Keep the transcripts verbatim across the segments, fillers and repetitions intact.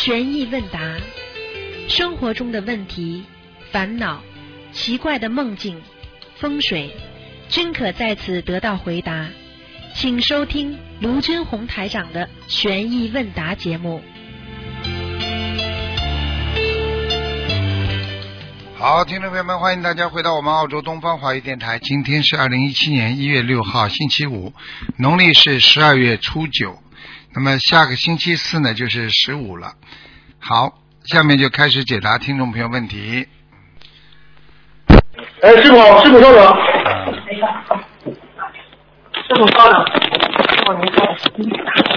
悬疑问答，生活中的问题、烦恼、奇怪的梦境、风水，均可在此得到回答。请收听卢军红台长的悬疑问答节目。 好，听众朋友们，欢迎大家回到我们澳洲东方华语电台。今天是二零一七年一月六号，星期五，农历是十二月初九。那么下个星期四呢，就是十五了。好，下面就开始解答听众朋友问题。 哎，师傅，师傅稍等。 嗯、 师傅稍等。师傅您说。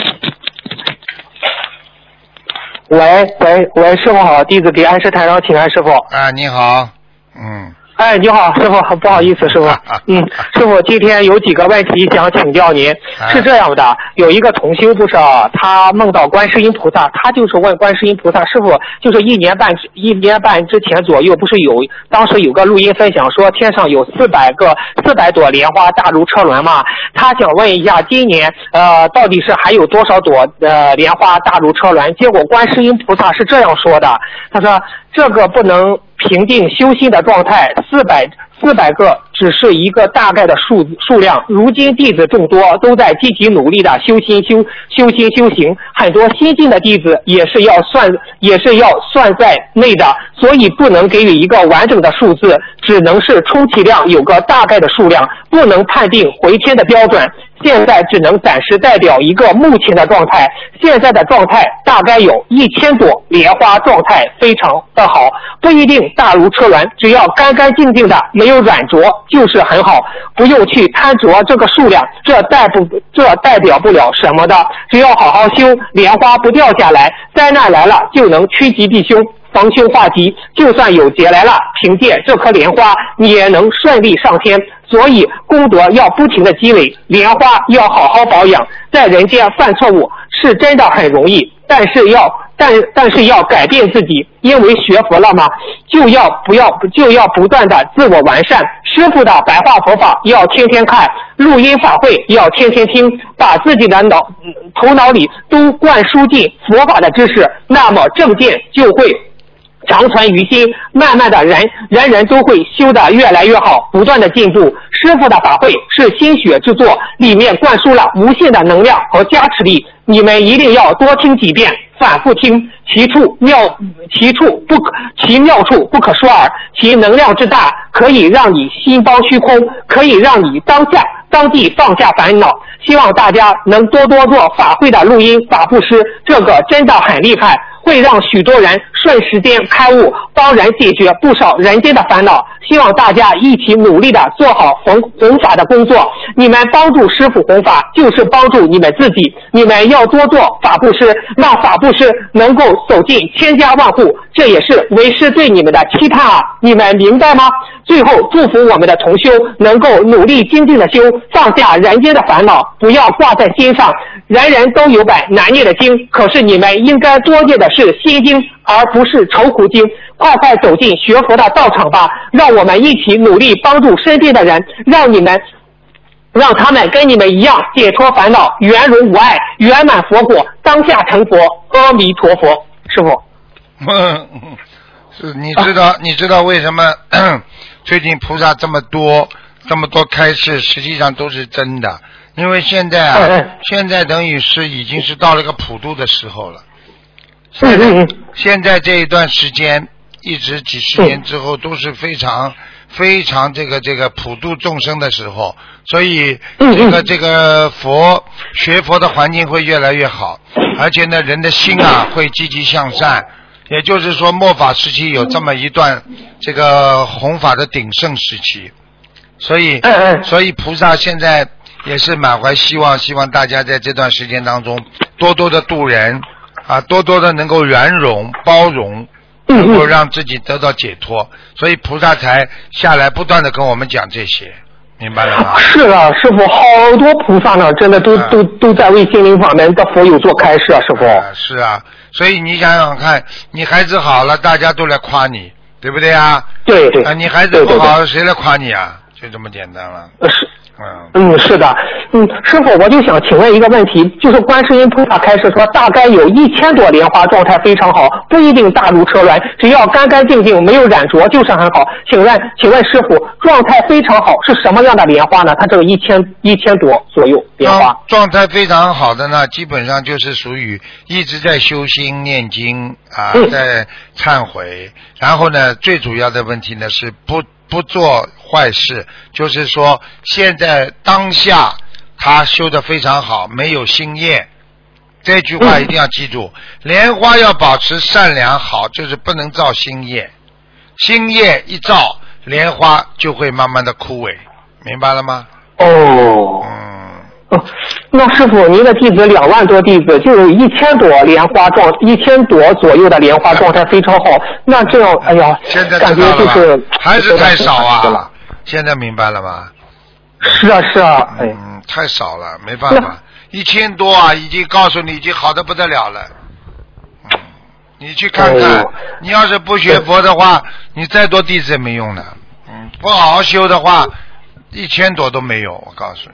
喂喂喂，师傅好，弟子给安师台上请安，师傅。 啊，你好，嗯。 哎，你好，师傅，不好意思，师傅，嗯，师傅，今天有几个问题想请教您。是这样的，有一个同修不是，他梦到观世音菩萨，他就是问观世音菩萨，师傅，就是一年半一年半之前左右，不是有当时有个录音分享说天上有四百个四百朵莲花大如车轮嘛？他想问一下，今年呃到底是还有多少朵呃莲花大如车轮？结果观世音菩萨是这样说的，他说这个不能评定修心的状态，四百四百个只是一个大概的数数量。如今弟子众多，都在积极努力的修心修修心修行，很多新进的弟子也是要算也是要算在内的，所以不能给予一个完整的数字，只能是充其量有个大概的数量，不能判定回天的标准。现在只能暂时代表一个目前的状态，现在的状态大概有一千朵莲花，状态非常的好，不一定大如车轮，只要干干净净的，没有软着就是很好，不用去贪着这个数量，这代不这代表不了什么的，只要好好修，莲花不掉下来，灾难来了就能趋吉避凶，防凶化吉，就算有劫来了，凭借这颗莲花你也能顺利上天。所以功德要不停的积累，莲花要好好保养。在人间犯错误是真的很容易，但是要但但是要改变自己，因为学佛了嘛，就要不要就要不断的自我完善。师父的白话佛法要天天看，录音法会要天天听，把自己的脑头脑里都灌输进佛法的知识，那么正见就会长存于心，慢慢的人人人都会修得越来越好，不断的进步。师父的法会是心血之作，里面灌输了无限的能量和加持力，你们一定要多听几遍，反复听，其处妙其处不可其妙处不可说耳，其能量之大，可以让你心包虚空，可以让你当下当地放下烦恼。希望大家能多多做法会的录音法布施，这个真的很厉害，会让许多人瞬时间开悟，帮人解决不少人间的烦恼。希望大家一起努力的做好弘弘法的工作，你们帮助师父弘法，就是帮助你们自己。你们要多做法布施，让法布施能够走进千家万户，这也是为师对你们的期盼啊！你们明白吗？最后祝福我们的同修能够努力精进的修，放下人间的烦恼，不要挂在心上。人人都有本难念的经，可是你们应该多念的是心经，而不是愁苦经。快快走进学佛的道场吧，让我们一起努力帮助身边的人，让你们让他们跟你们一样解脱烦恼，圆融无碍，圆满佛果，当下成佛。阿弥陀佛。师父， 嗯，是你知道、啊、你知道为什么最近菩萨这么多这么多开示，实际上都是真的，因为现在啊、嗯嗯、现在等于是已经是到了一个普渡的时候了。现在、嗯嗯、现在这一段时间一直几十年之后都是非常、嗯、非常这个这个普度众生的时候，所以这个这个佛学佛的环境会越来越好，而且呢人的心啊会积极向善，也就是说末法时期有这么一段这个弘法的鼎盛时期，所以所以菩萨现在也是满怀希望，希望大家在这段时间当中多多的度人啊，多多的能够圆融包容，能够让自己得到解脱，所以菩萨才下来不断的跟我们讲这些，明白了吗？ 是啊，师父，好多菩萨呢，真的都、啊、都都在为心灵法门的佛友做开示啊，师父、 啊。是啊，所以你想想看，你孩子好了，大家都来夸你，对不对啊？ 对对。 啊，你孩子不好，谁来夸你啊？就这么简单了。 是嗯， 嗯，是的，嗯，师傅，我就想请问一个问题，就是观世音菩萨开示说，大概有一千朵莲花状态非常好，不一定大如车轮，只要干干净净，没有染浊就是很好。请问，请问师傅，状态非常好是什么样的莲花呢？它这个一千一千朵左右莲花， 状状态非常好的呢，基本上就是属于一直在修心念经啊， 嗯、 在忏悔，然后呢，最主要的问题呢是不。不做坏事，就是说现在当下他修得非常好，没有心业，这句话一定要记住。莲花要保持善良好，就是不能造心业，心业一造，莲花就会慢慢的枯萎，明白了吗？ 哦， 嗯， 哦，那师傅，您的弟子两万多弟子，就有一千朵莲花状，一千朵左右的莲花状态非常好。那这样，哎呀， 现在感觉就是还是太少啊。现在明白了吗？ 是啊，是啊，哎， 嗯，太少了，没办法，一千多啊，已经告诉你已经好的不得了了。嗯，你去看看，哎、你要是不学佛的话，你再多弟子也没用的。嗯，不好好修的话，一千朵都没有，我告诉你。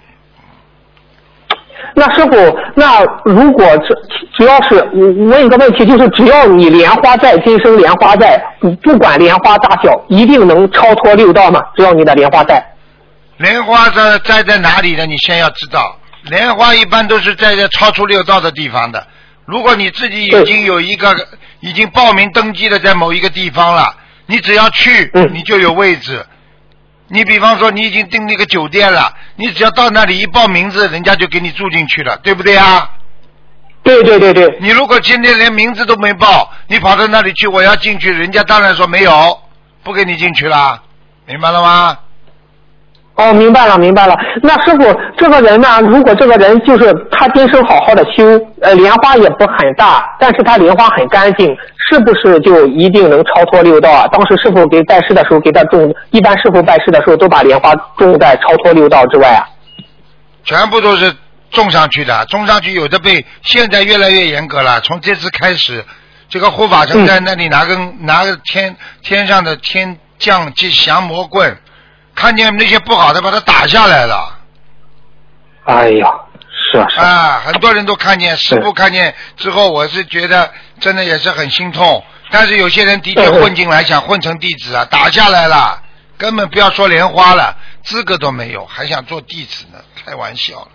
那师傅，那如果只只要是我问一个问题，就是只要你莲花在，今生莲花在，不管莲花大小，一定能超脱六道吗？只要你的莲花在。 莲花在在在哪里呢？你先要知道，莲花一般都是在在超出六道的地方的。如果你自己已经有一个已经报名登记的在某一个地方了，你只要去， 嗯、 你就有位置。你比方说你已经订那个酒店了，你只要到那里一报名字，人家就给你住进去了，对不对啊？ 对对对对。 你如果今天连名字都没报，你跑到那里去，我要进去，人家当然说没有，不给你进去了，明白了吗？ 哦，明白了明白了。那师傅，这个人呢，如果这个人就是他今生好好的修，呃，莲花也不很大，但是他莲花很干净，是不是就一定能超脱六道啊？当时师傅给拜师的时候给他种，一般师傅拜师的时候都把莲花种在超脱六道之外啊。 全部都是种上去的，种上去有的被现在越来越严格了。从这次开始，这个护法神在那里拿根、嗯、拿个天天上的天降吉祥魔棍，看见那些不好的把它打下来了。 哎呀，是啊是啊。 啊，很多人都看见，师父看见之后，我是觉得真的也是很心痛。但是有些人的确混进来，想混成弟子啊，打下来了，根本不要说莲花了，资格都没有，还想做弟子呢，开玩笑了。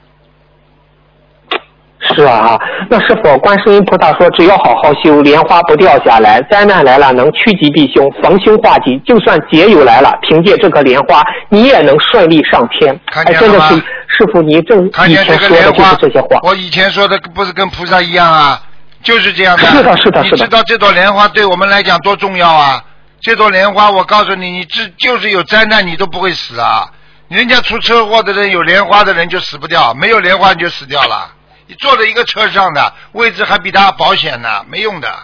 是啊，那师傅，观世音菩萨说，只要好好修，莲花不掉下来，灾难来了能趋吉避凶，逢凶化吉，就算劫有来了，凭借这个莲花，你也能顺利上天。 看见了吗？哎，真的是师傅，你正以前说的就是这些话。 我以前说的不是跟菩萨一样啊，就是这样的。 是的，是的，是的。 你知道这朵莲花对我们来讲多重要啊？这朵莲花，我告诉你，你这就是有灾难，你都不会死啊。人家出车祸的人，有莲花的人就死不掉，没有莲花你就死掉了。你坐在一个车上的位置还比他保险呢，没用的。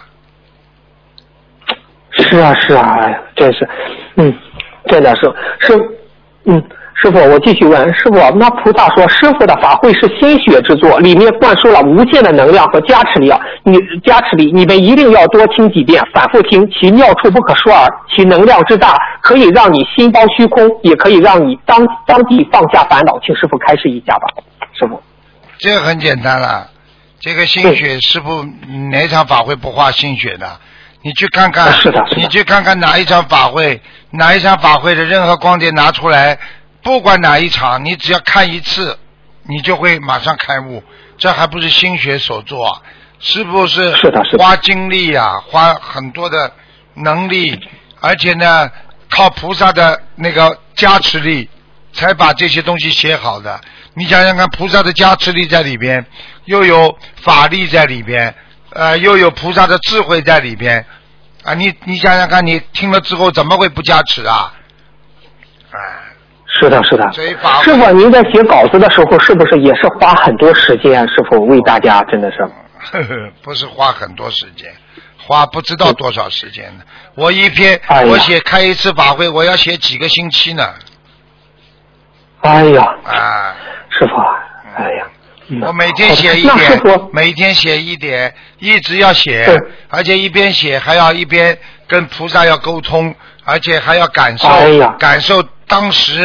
是啊是啊，哎呀，真是，嗯，真的是是，嗯，师傅，我继续问师傅，那菩萨说师傅的法会是心血之作，里面灌输了无限的能量和加持力啊，你加持力，你们一定要多听几遍，反复听，其妙处不可说耳，其能量之大，可以让你心包虚空，也可以让你当当即放下烦恼，请师傅开示一下吧，师傅。 这个很简单了，这个心血师父哪一场法会不花心血的？你去看看， 是的，是的， 你去看看哪一场法会，哪一场法会的任何光碟拿出来，不管哪一场，你只要看一次，你就会马上开悟。这还不是心血所做，是不是？ 是的，是的， 花精力啊，花很多的能力，而且呢，靠菩萨的那个加持力，才把这些东西写好的。你想想看，菩萨的加持力在里边，又有法力在里边，呃，又有菩萨的智慧在里边，啊，你你想想看，你听了之后怎么会不加持啊？哎， 是的，是的。 所以法师傅，您在写稿子的时候，是不是也是花很多时间？师傅为大家真的是， 呵呵，不是花很多时间，花不知道多少时间呢。我一篇， 哎、 我写开一次法会，我要写几个星期呢。 哎呀， 啊， 师傅，哎呀，嗯、 我每天写一点，每天写一点，一直要写，而且一边写还要一边跟菩萨要沟通，而且还要感受， 哎呀， 感受当时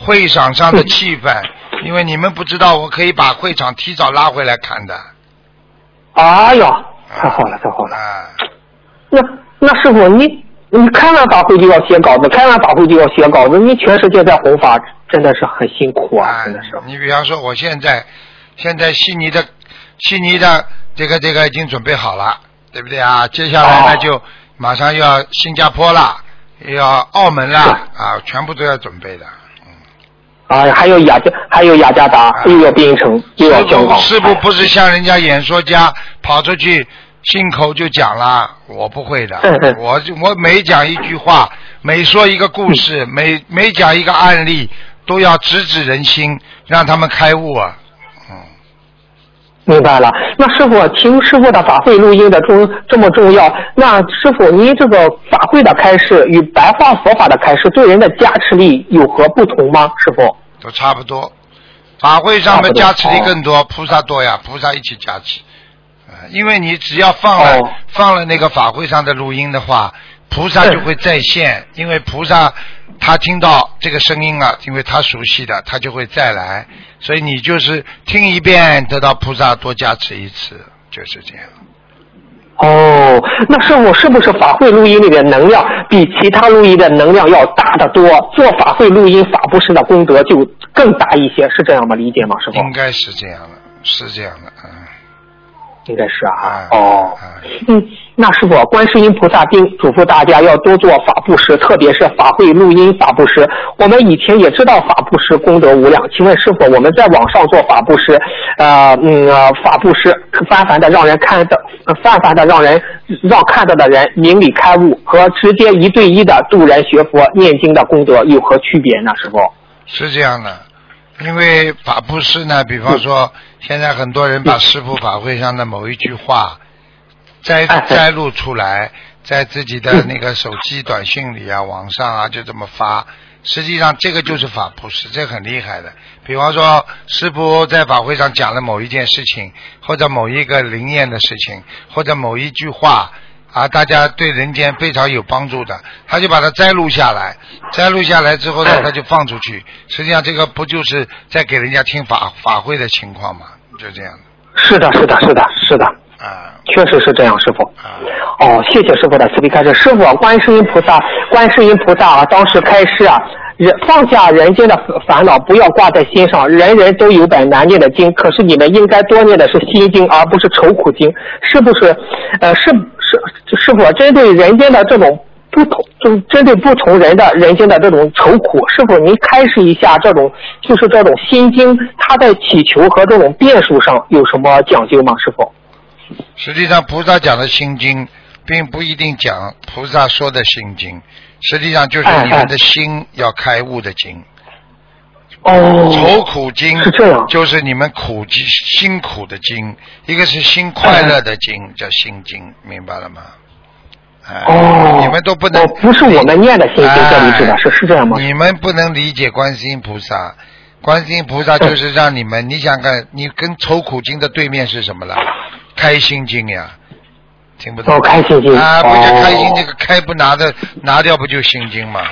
会场上的气氛，因为你们不知道，我可以把会场提早拉回来看的。 哎呀，太好了，太好了。 啊， 那那师傅，你你开完法会就要写稿子，开完法会就要写稿子，你全世界在弘法，真的是很辛苦啊， 啊真的是。 你比方说，我现在现在悉尼的悉尼的这个这个已经准备好了，对不对啊？接下来呢就马上要新加坡了，要澳门了啊，全部都要准备的。 啊，还有雅加，还有雅加达，啊、又要槟城，又要香港。 师傅不是像人家演说家跑出去信口就讲了，我不会的。 嗯嗯、 我我每讲一句话，每说一个故事，嗯、每每讲一个案例，都要直指人心，让他们开悟啊。嗯， 明白了。那师傅听师傅的法会录音的重这么重要，那师傅您这个法会的开示与白话佛法的开示对人的加持力有何不同吗？师傅？ 都差不多，法会上面加持力更多，菩萨多呀，菩萨一起加持。呃，因为你只要放了、哦、放了那个法会上的录音的话，菩萨就会再现，嗯、因为菩萨他听到这个声音了，因为他熟悉的，他就会再来。所以你就是听一遍，得到菩萨多加持一次，就是这样。 哦，那师傅是不是法会录音里的能量比其他录音的能量要大得多？做法会录音法布施的功德就更大一些，是这样吗？理解吗，师傅？ 应该是这样的，是这样的，嗯。 应该是啊， 啊哦， 啊嗯，那师傅，观世音菩萨并嘱咐大家要多做法布施，特别是法会录音法布施。我们以前也知道法布施功德无量，请问师傅，我们在网上做法布施，呃，嗯，呃、法布施泛泛的让人看的，泛泛的让人让看到的人明理开悟，和直接一对一的度人学佛念经的功德有何区别呢？师傅？ 是这样的。因为法布施呢，比方说，现在很多人把师父法会上的某一句话摘摘录出来，在自己的那个手机短信里啊、网上啊就这么发。实际上，这个就是法布施，这很厉害的。比方说，师父在法会上讲了某一件事情，或者某一个灵验的事情，或者某一句话。啊，大家对人间非常有帮助的，他就把它摘录下来，摘录下来之后呢，他就放出去。实际上，这个不就是在给人家听法法会的情况吗？就这样的。 是的，是的，是的，是的。 啊， 确实是这样，师傅。 啊。 哦，谢谢师傅的慈悲开示。师傅，观世音菩萨，观世音菩萨啊，当时开示啊，人放下人间的烦恼，不要挂在心上。人人都有本难念的经，可是你们应该多念的是心经，而不是愁苦经，是不是？呃，是是是否针对人间的这种不同，就是针对不同人的人间的这种愁苦，是否您开示一下这种就是这种心经，它在祈求和这种变数上有什么讲究吗？师傅？ 实际上，菩萨讲的心经，并不一定讲菩萨说的心经，实际上就是你们的心要开悟的经。 哦， 愁苦经是这样， 就是你们苦经辛苦的经，一个是心快乐的经，哎、叫心经，明白了吗？哎、 哦， 你们都不能， 哦、不是我们念的心经，这里指的是是这样吗？ 你们不能理解观世音菩萨，观世音菩萨就是让你们，嗯、你想看，你跟愁苦经的对面是什么了？开心经呀，听不懂？ 哦，开心经啊，不就开心这个开不拿的拿掉不就心经吗？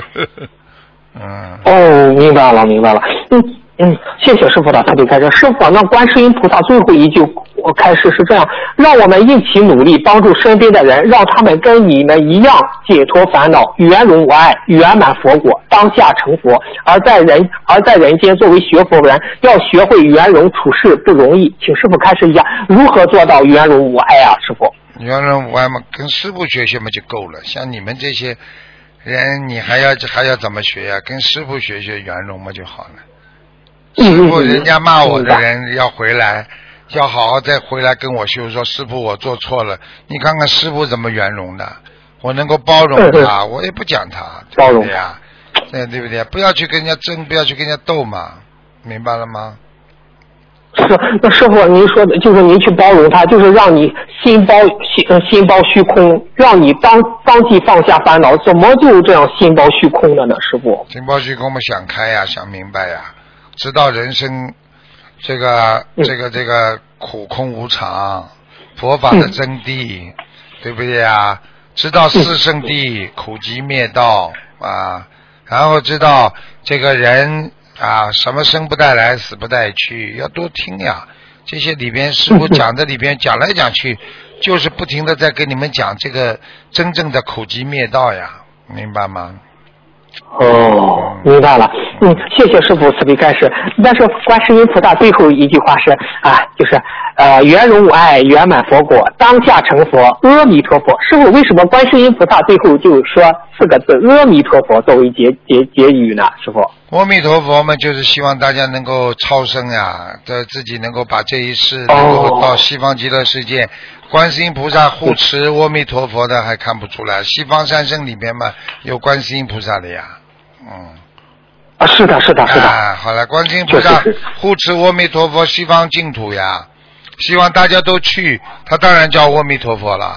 嗯， 哦，明白了，明白了。嗯嗯，谢谢师傅的慈悲开示。师傅，那观世音菩萨最后一句开示是这样：让我们一起努力，帮助身边的人，让他们跟你们一样解脱烦恼，圆融无碍，圆满佛果，当下成佛。而在人而在人间，作为学佛人，要学会圆融处事不容易。请师傅开示一下，如何做到圆融无碍啊？师傅， 圆融无碍嘛，跟师傅学学嘛就够了。像你们这些人，你还要还要怎么学呀、啊？跟师傅学学圆融嘛就好了。师傅，人家骂我的人要回来，要好好再回来跟我修，说师傅我做错了。你看看师傅怎么圆融的，我能够包容他，我也不讲他，对不对呀？对对不对？不要去跟人家争，不要去跟人家斗嘛，明白了吗？ 是，那师傅您说的就是您去包容他，就是让你心包心心包虚空，让你当当即放下烦恼，怎么就这样心包虚空了呢？师傅， 心包虚空嘛，想开呀，想明白呀，知道人生这个这个这个苦空无常，佛法的真谛，嗯、对不对呀？知道四圣谛，苦集灭道啊， 然后知道这个人啊，什么生不带来，死不带去，要多听呀。这些里边师傅讲的里边讲来讲去，就是不停的在跟你们讲这个真正的苦集灭道呀，明白吗？ 哦，明白了。嗯，谢谢师傅慈悲开示。但是观世音菩萨最后一句话是啊，就是呃圆融无碍，圆满佛果，当下成佛，阿弥陀佛。师傅，为什么观世音菩萨最后就说四个字阿弥陀佛作为结结结语呢？师傅， 阿弥陀佛嘛，就是希望大家能够超生呀，的自己能够把这一世能够到西方极乐世界。哦，观世音菩萨护持阿弥陀佛的还看不出来，西方三圣里面嘛有观世音菩萨的呀。嗯。 啊，是的，是的，是的。 啊，好了，观世音菩萨护持阿弥陀佛西方净土呀，希望大家都去，他当然叫阿弥陀佛了。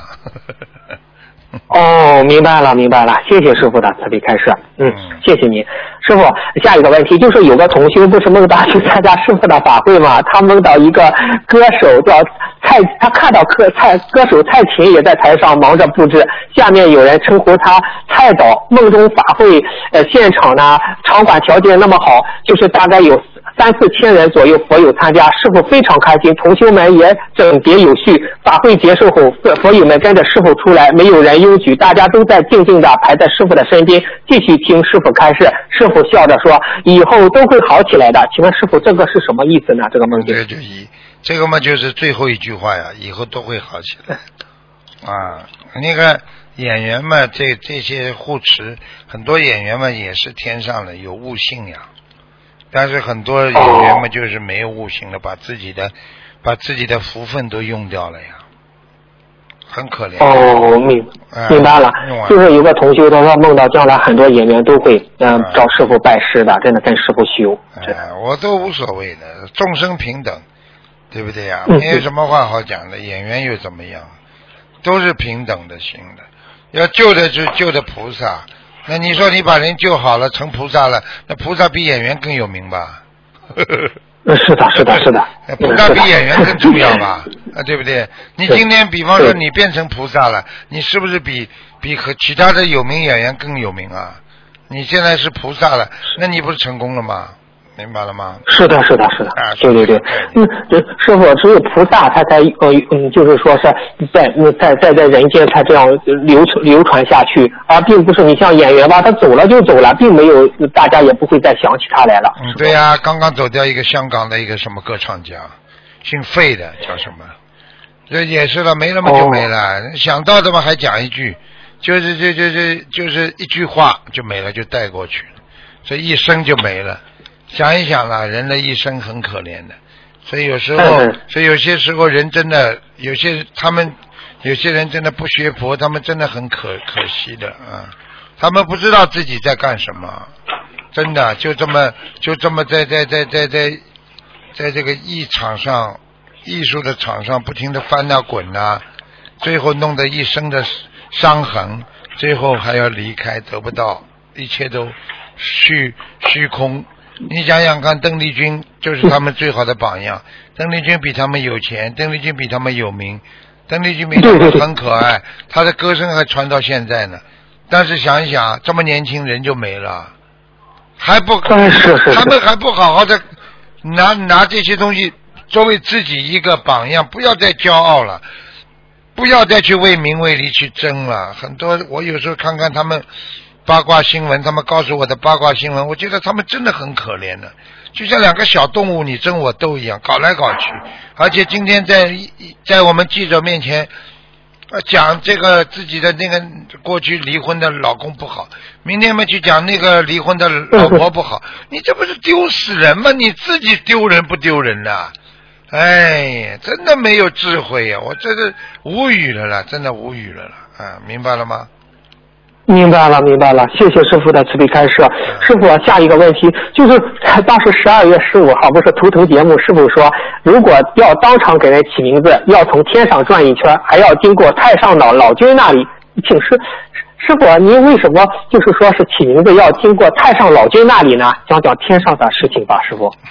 哦，明白了，明白了，谢谢师傅的慈悲开示。嗯，谢谢您，师傅。下一个问题就是有个同修不是梦到去参加师傅的法会嘛？他梦到一个歌手叫蔡，他看到歌蔡歌手蔡琴也在台上忙着布置，下面有人称呼他蔡导。梦中法会呃现场呢，场馆条件那么好，就是大概有三四千人左右佛友参加，师傅非常开心，同修们也整洁有序。法会结束后，佛友们跟着师傅出来，没有人拥挤，大家都在静静的排在师傅的身边，继续听师傅开示。师傅笑着说：“以后都会好起来的。”请问师傅，这个是什么意思呢？这个梦境？ 这就一这个嘛，就是最后一句话呀，以后都会好起来。啊，那个演员嘛，这这些护持，很多演员嘛也是天上的有悟性呀。但是很多演员们就是没有悟性了，把自己的把自己的福分都用掉了呀，很可怜。 哦，明明白了，嗯、就是有个同修他说梦到将来很多演员都会嗯、呃、找师傅拜师的，真的跟师傅修。 哎、呃，我都无所谓的，众生平等，对不对呀？没有什么话好讲的，演员又怎么样？都是平等的心的，要救的就救的菩萨。那你说你把人救好了，成菩萨了，那菩萨比演员更有名吧？ 是的，是的，是的。 菩萨比演员更重要吧？啊，对不对？你今天比方说你变成菩萨了，你是不是比比和其他的有名演员更有名啊？你现在是菩萨了，那你不是成功了吗？明白了吗？ 是的，是的，是的，啊、对对对，嗯，师傅，只有菩萨他才呃嗯，就是说是在在在在人间才这样流流传下去，而并不是你像演员吧，他走了就走了，并没有大家也不会再想起他来了。 嗯，对呀、啊，刚刚走掉一个香港的一个什么歌唱家，姓费的叫什么？这也是了，没了嘛就没了，哦、想到的嘛还讲一句，就是就就就就是一句话就没了，就带过去了，所以一生就没了。想一想啦，人的一生很可怜的，所以有时候，所以有些时候人真的，有些他们有些人真的不学佛，他们真的很可可惜的啊，他们不知道自己在干什么，真的就这么就这么在在在在在在这个艺场上，艺术的场上不停的翻呐滚呐，最后弄得一生的伤痕，最后还要离开，得不到，一切都虚虚空。你想想看，邓丽君就是他们最好的榜样。邓丽君比他们有钱，邓丽君比他们有名，邓丽君比他们很可爱，她的歌声还传到现在呢。但是想一想，这么年轻人就没了，还不他们还不好好的拿拿这些东西作为自己一个榜样，不要再骄傲了，不要再去为名为利去争了。很多我有时候看看他们八卦新闻，他们告诉我的八卦新闻，我觉得他们真的很可怜的，就像两个小动物你争我斗一样，搞来搞去。而且今天在在我们记者面前讲这个自己的那个过去离婚的老公不好，明天嘛去讲那个离婚的老婆不好，你这不是丢死人吗？你自己丢人不丢人呐？哎，真的没有智慧呀、啊！我真是无语了啦，真的无语了啦！啊，明白了吗？ 明白了，明白了，谢谢师傅的慈悲开示。师傅，下一个问题就是当时十二月十五号不是图腾节目，师傅说如果要当场给人起名字，要从天上转一圈，还要经过太上老老君那里。请师师傅，您为什么就是说是起名字要经过太上老君那里呢？讲讲天上的事情吧，师傅。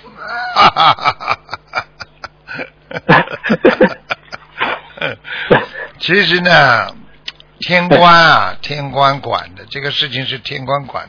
其实呢，天官啊，天官管的，这个事情是天官管的。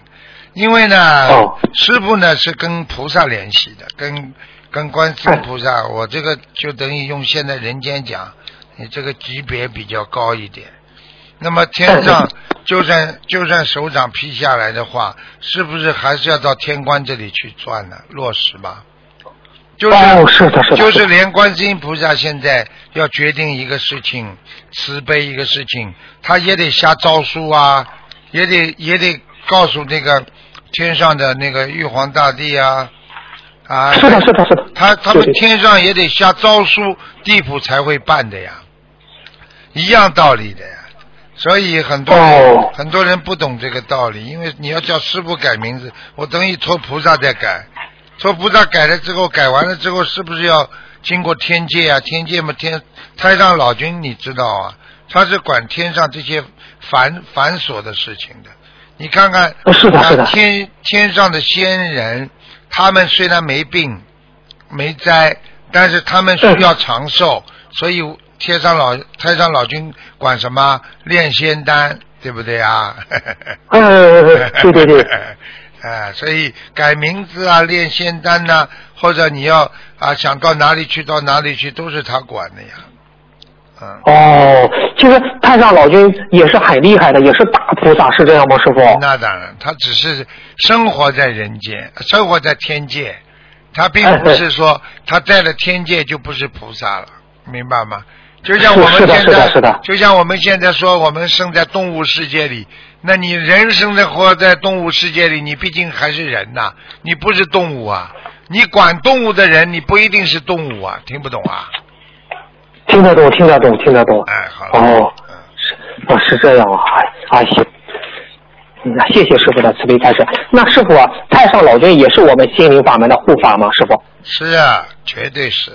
因为呢， 哦、 师父呢是跟菩萨联系的，跟跟观世音菩萨，我这个就等于用现在人间讲，你这个级别比较高一点。那么天上就算就算手掌劈下来的话，是不是还是要到天官这里去转呢？落实吧。就是、 哦、是的是的就是连观世音菩萨现在要决定一个事情，慈悲一个事情，他也得下诏书啊，也得也得告诉那个天上的那个玉皇大帝啊啊， 是的是的是的， 他他们天上也得下诏书，地府才会办的呀，一样道理的呀。所以很多人、哦、很多人不懂这个道理，因为你要叫师父改名字，我等于托菩萨在改，托菩萨改了之后，改完了之后是不是要经过天界啊？天界嘛，天太上老君你知道啊，他是管天上这些繁繁琐的事情的。你看看， 是的是的， 天天上的仙人，他们虽然没病没灾，但是他们需要长寿，所以天上老太上老君管什么炼仙丹，对不对啊？ 嗯，对对对。 啊，所以改名字啊，炼仙丹呐、啊，或者你要啊想到哪里去到哪里去，都是他管的呀。嗯。 哦，其实太上老君也是很厉害的，也是大菩萨，是这样吗，师傅？ 那当然，他只是生活在人间，生活在天界，他并不是说他在了天界就不是菩萨了，明白吗？就像我们现在， 是的，是的，是的， 就像我们现在说，我们生在动物世界里，那你人生在活在动物世界里，你毕竟还是人呐、啊，你不是动物啊。你管动物的人，你不一定是动物啊，听不懂啊？ 听得懂，听得懂，听得懂。 哎，好了。 哦，嗯、是，哦，是这样啊，啊行。嗯，谢谢师傅的慈悲开示。那师傅啊，太上老君也是我们心灵法门的护法吗？师傅？ 是啊，绝对是的。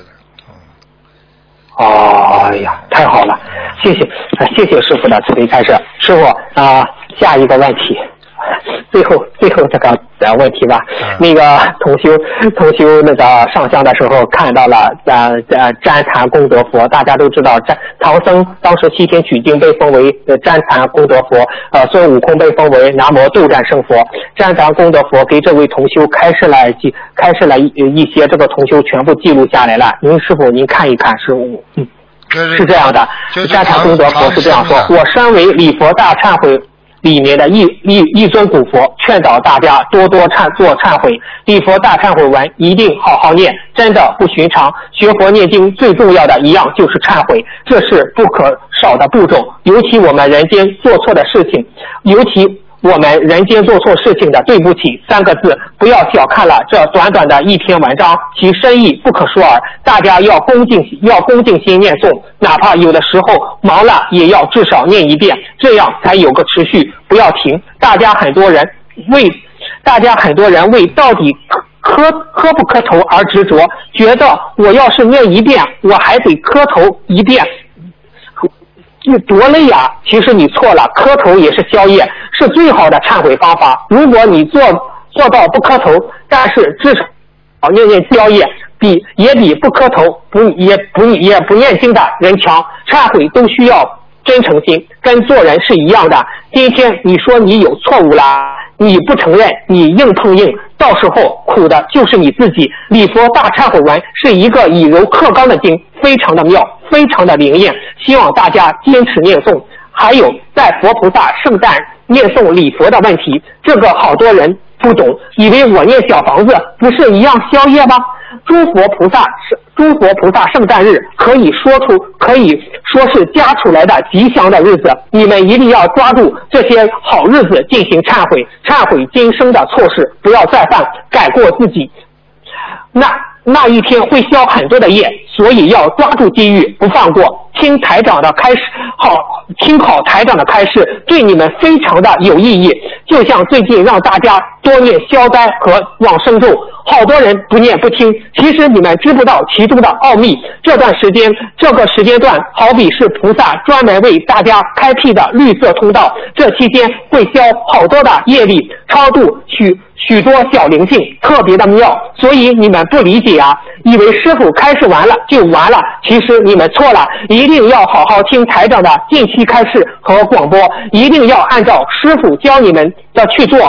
哦，哎呀，太好了，谢谢，谢谢师傅的慈悲开示。师傅啊、呃，下一个问题，最后最后这个呃问题吧。嗯、那个同修同修那个上香的时候看到了呃呃旃檀功德佛，大家都知道旃唐僧当时西天取经被封为呃旃檀功德佛，呃孙悟空被封为南无斗战胜佛。旃檀功德佛给这位同修开示了记开示了一一些，这个同修全部记录下来了。您师傅您看一看，师傅嗯。是这样的，旃檀功德佛是这样说：我身为礼佛大忏悔里面的一一一尊古佛，劝导大家多多忏做忏悔。礼佛大忏悔文一定好好念，真的不寻常。学佛念经最重要的一样就是忏悔，这是不可少的步骤。尤其我们人间做错的事情，尤其我们人间做错事情的对不起三个字，不要小看了这短短的一篇文章，其深意不可说耳。大家要恭敬要恭敬心念诵，哪怕有的时候忙了也要至少念一遍，这样才有个持续，不要停。大家很多人为大家很多人为到底磕磕不磕头而执着，觉得我要是念一遍我还得磕头一遍，你多累呀、啊！其实你错了，磕头也是消业，是最好的忏悔方法。如果你做做到不磕头，但是至少念念消业，比也比不磕头不也不也不念经的人强。忏悔都需要真诚心，跟做人是一样的。今天你说你有错误了，你不承认，你硬碰硬，到时候苦的就是你自己。礼佛大忏悔文是一个以柔克刚的经，非常的妙，非常的灵验，希望大家坚持念诵。还有在佛菩萨圣诞念诵礼佛的问题，这个好多人不懂，以为我念小房子不是一样消业吗？诸佛菩萨诸佛菩萨圣诞日可以说出可以说是加出来的吉祥的日子，你们一定要抓住这些好日子进行忏悔，忏悔今生的错事，不要再犯，改过自己。那那一天会消很多的业，所以要抓住机遇不放过。听台长的开始好听好台长的开示，对你们非常的有意义。就像最近让大家多念消灾和往生咒，好多人不念不听，其实你们知不道其中的奥秘。这段时间这个时间段好比是菩萨专门为大家开辟的绿色通道，这期间会消好多的业力，超度许许多小灵性，特别的妙。所以你们不理解啊，以为师父开示完了就完了，其实你们错了，一定要好好听台长的近期开示和广播，一定要按照师父教你们的去做。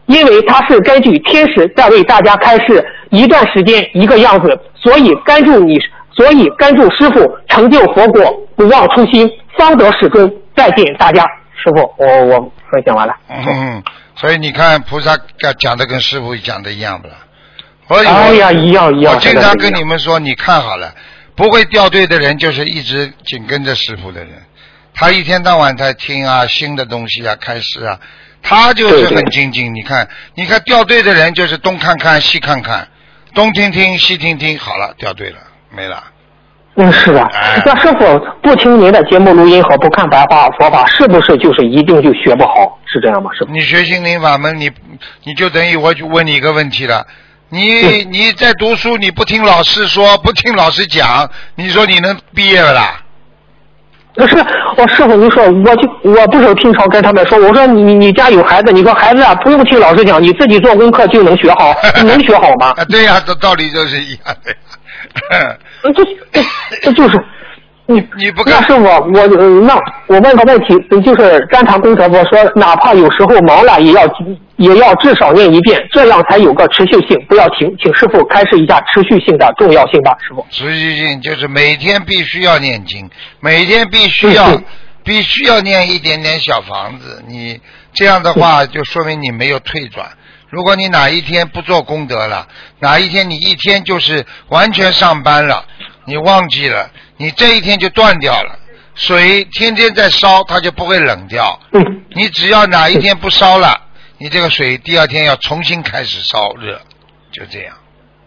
因为它是根据天使在为大家开示一段时间一个样子，所以跟住你，所以跟住师傅成就佛果，不忘初心，方得始终。再见大家，师傅，我我分享完了。 嗯，所以你看菩萨讲的跟师傅讲的一样不啦？我哎呀，一样一样。 我经常跟你们说，你看好了，不会掉队的人就是一直紧跟着师傅的人，他一天到晚在听啊新的东西啊开始啊。他就是很精进，你看，你看掉队的人就是东看看西看看，东听听西听听，好了，掉队了，没了。 嗯，是的。 哎、 那师傅不听您的节目录音和不看白话佛法，是不是就是一定就学不好？是这样吗？师傅？ 你学心灵法门，你你就等于我就问你一个问题了，你、嗯、你在读书，你不听老师说，不听老师讲，你说你能毕业了啦？ 不是，我师傅，你说我就我不是经常跟他们说，我说你你家有孩子，你说孩子啊不用听老师讲，你自己做功课就能学好，你能学好吗？ 啊，对呀、啊，这道理就是一样的。 这这这就是你你不那师傅，我那我问个问题，就是占堂功德佛说，哪怕有时候忙了，也要也要至少念一遍，这样才有个持续性，不要停。请师傅开示一下持续性的重要性吧，师傅。 持续性就是每天必须要念经，每天必须要、嗯、必须要念一点点小房子，你这样的话就说明你没有退转。如果你哪一天不做功德了，哪一天你一天就是完全上班了，你忘记了，你这一天就断掉了。水天天在烧，它就不会冷掉。你只要哪一天不烧了，你这个水第二天要重新开始烧热，就这样。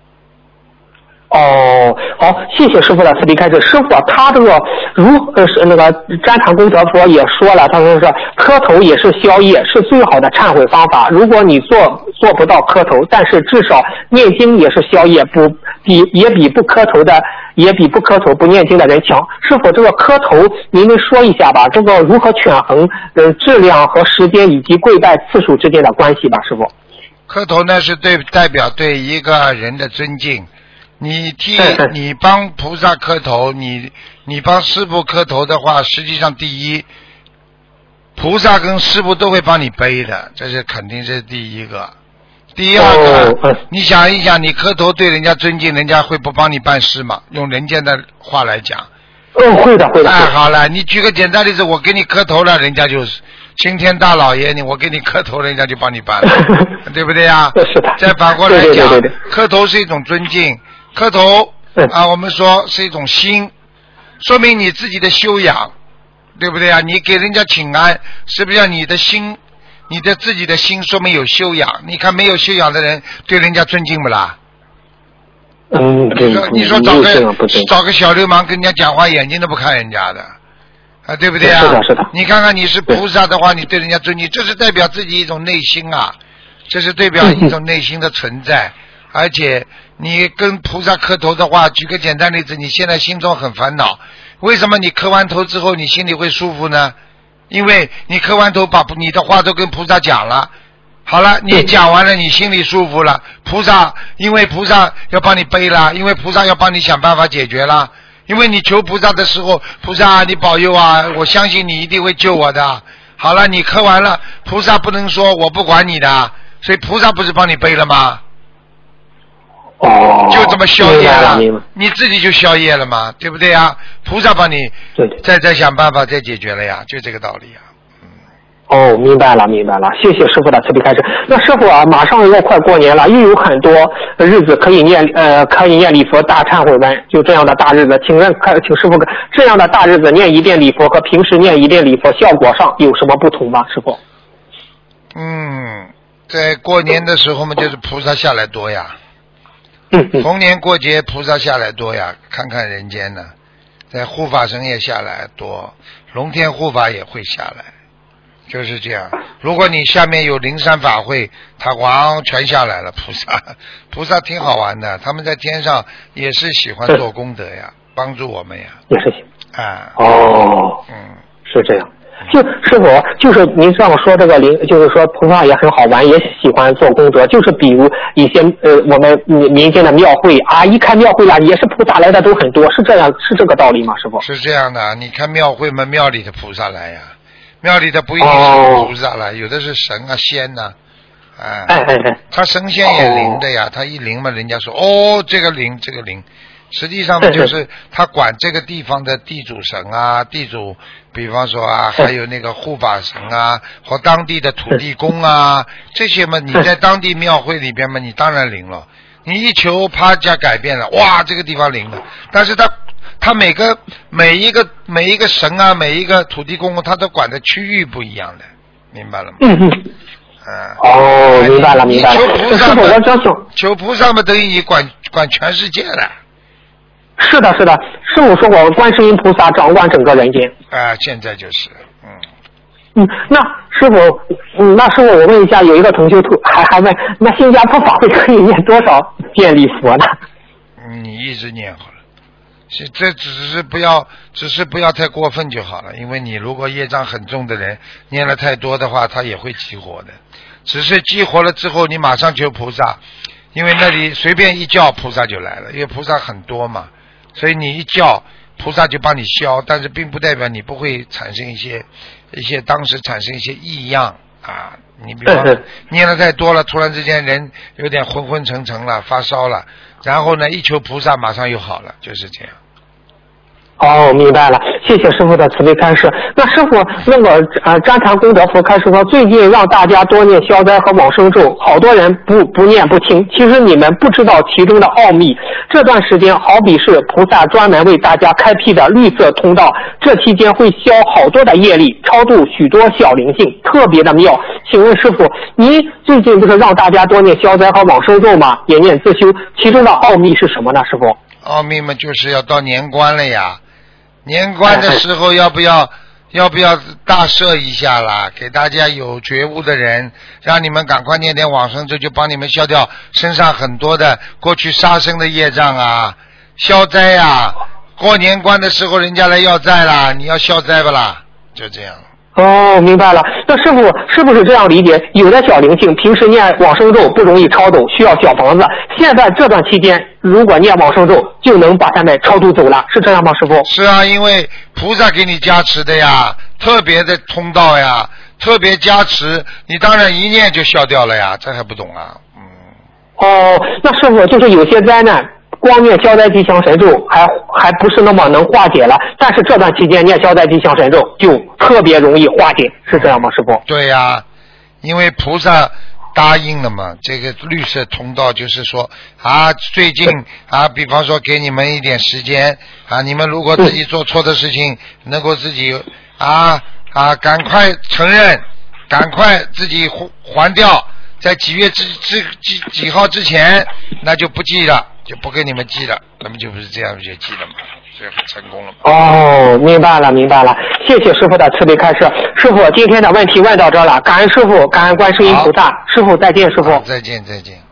哦，好，谢谢师傅的慈悲开示。师傅，他这个如呃是那个占堂功德佛也说了，他说是磕头也是消业，是最好的忏悔方法。如果你做做不到磕头，但是至少念经也是消业，不比也比不磕头的也比不磕头不念经的人强。师傅，这个磕头您能说一下吧？这个如何权衡呃质量和时间以及跪拜次数之间的关系吧，师傅？ 磕头呢是对代表对一个人的尊敬。你替你帮菩萨磕头，你你帮师父磕头的话，实际上第一，菩萨跟师父都会帮你背的，这是肯定是第一个。第二个，哦、你想一想，你磕头对人家尊敬，人家会不帮你办事吗？用人家的话来讲。 嗯，会的，会的。 哎，好了，你举个简单例子，我给你磕头了，人家就是青天大老爷，你我给你磕头，人家就帮你办了，对不对呀？ 是的。 再反过来讲， 对对对对对， 磕头是一种尊敬。磕头啊，我们说是一种心，说明你自己的修养，对不对啊？你给人家请安，是不是你的心，你的自己的心说明有修养？你看没有修养的人，对人家尊敬不啦？ 嗯， 你说你说找个找个小流氓跟人家讲话，眼睛都不看人家的，啊，对不对啊？ 是的，是的。 你看看你是菩萨的话，你对人家尊敬，这是代表自己一种内心啊，这是代表一种内心的存在。嗯，而且你跟菩萨磕头的话，举个简单例子，你现在心中很烦恼，为什么你磕完头之后你心里会舒服呢？因为你磕完头把你的话都跟菩萨讲了，好了，你讲完了，你心里舒服了，菩萨因为菩萨要帮你背了，因为菩萨要帮你想办法解决了，因为你求菩萨的时候，菩萨你保佑啊，我相信你一定会救我的。好了，你磕完了，菩萨不能说我不管你的，所以菩萨不是帮你背了吗？ 哦， 就这么消业了，你自己就消业了嘛，对不对呀？菩萨帮你再再想办法再解决了呀，就这个道理呀。嗯。 哦，明白了，明白了，谢谢师傅的慈悲开示。那师傅啊，马上要快过年了，又有很多日子可以念呃可以念礼佛大忏悔文，就这样的大日子，请问请师傅这样的大日子念一遍礼佛和平时念一遍礼佛效果上有什么不同吗？师傅？ 嗯，在过年的时候嘛，就是菩萨下来多呀。逢年过节菩萨下来多呀，看看人间呢，在护法神也下来多，龙天护法也会下来，就是这样。如果你下面有灵山法会，他王全下来了，菩萨菩萨挺好玩的，他们在天上也是喜欢做功德呀，帮助我们呀。 也是行啊。 哦， 嗯， 是这样。就师傅，就是您这样说，这个灵，就是说菩萨也很好玩，也喜欢做功德。就是比如一些呃，我们民间的庙会啊，一看庙会啦，也是菩萨来的都很多，是这样，是这个道理吗？师傅？ 是这样的，你看庙会嘛，庙里的菩萨来呀，庙里的不一定是菩萨来，哦，有的是神啊仙呐， 哎哎哎哎， 他神仙也灵的呀，他一灵嘛，人家说哦，这个灵，这个灵，实际上嘛就是他管这个地方的地主神啊，地主，比方说啊，还有那个护法神啊，或当地的土地公啊，这些嘛，你在当地庙会里边嘛，你当然灵了。你一求啪加改变了，哇，这个地方灵了。但是他他每个每一个每一个神啊，每一个土地公，他都管的区域不一样的，明白了吗？ 嗯嗯。 嗯。 哦，明白了明白了。 求菩萨嘛，我想想， 求菩萨嘛，等于你管管全世界了。 是的，是的，师父说过，观世音菩萨掌管整个人间。 啊，现在就是，嗯。 嗯，那师傅，嗯，那师傅，我问一下，有一个同修还还问，那新加坡法会可以念多少遍礼佛呢？ 你一直念好了，是这只是不要，只是不要太过分就好了。因为你如果业障很重的人，念了太多的话，他也会激活的。只是激活了之后，你马上求菩萨，因为那里随便一叫菩萨就来了，因为菩萨很多嘛，所以你一叫菩萨就帮你消，但是并不代表你不会产生一些一些当时产生一些异样啊。你比方念了太多了，突然之间人有点昏昏沉沉了，发烧了，然后呢一求菩萨马上又好了，就是这样。 哦，明白了，谢谢师父的慈悲开示。那师父，那个呃，旃檀功德佛开示说，最近让大家多念消灾和往生咒，好多人不不念不听。其实你们不知道其中的奥秘。这段时间好比是菩萨专门为大家开辟的绿色通道，这期间会消好多的业力，超度许多小灵性，特别的妙。请问师父，您最近不是让大家多念消灾和往生咒吗？也念自修，其中的奥秘是什么呢？师父？ 奥秘嘛，就是要到年关了呀。年关的时候要不要要不要大赦一下啦？给大家有觉悟的人，让你们赶快念点往生咒，就帮你们消掉身上很多的过去杀生的业障啊，消灾啊。过年关的时候人家来要债啦，你要消灾不啦？就这样。 哦，明白了。那师傅是不是这样理解？有的小灵性平时念往生咒不容易超度，需要小房子。现在这段期间，如果念往生咒，就能把他们超度走了，是这样吗，师傅？ 是啊，因为菩萨给你加持的呀，特别的通道呀，特别加持，你当然一念就消掉了呀，这还不懂啊？嗯。 哦，那师傅就是有些灾难。光念消灾吉祥神咒还还不是那么能化解了，但是这段期间念消灾吉祥神咒就特别容易化解，是这样吗，师傅？ 对呀、啊，因为菩萨答应了嘛，这个绿色通道就是说啊，最近啊，比方说给你们一点时间啊，你们如果自己做错的事情，能够自己啊啊赶快承认，赶快自己还掉，在几月之之几几号之前，那就不记了。就不给你们记了，那么就不是这样就记了嘛，所以很成功了嘛。 哦，明白了，明白了，谢谢师傅的慈悲开示。师傅，今天的问题问到这了，感恩师傅，感恩观世音菩萨。师傅再见，师傅。 再见，再见。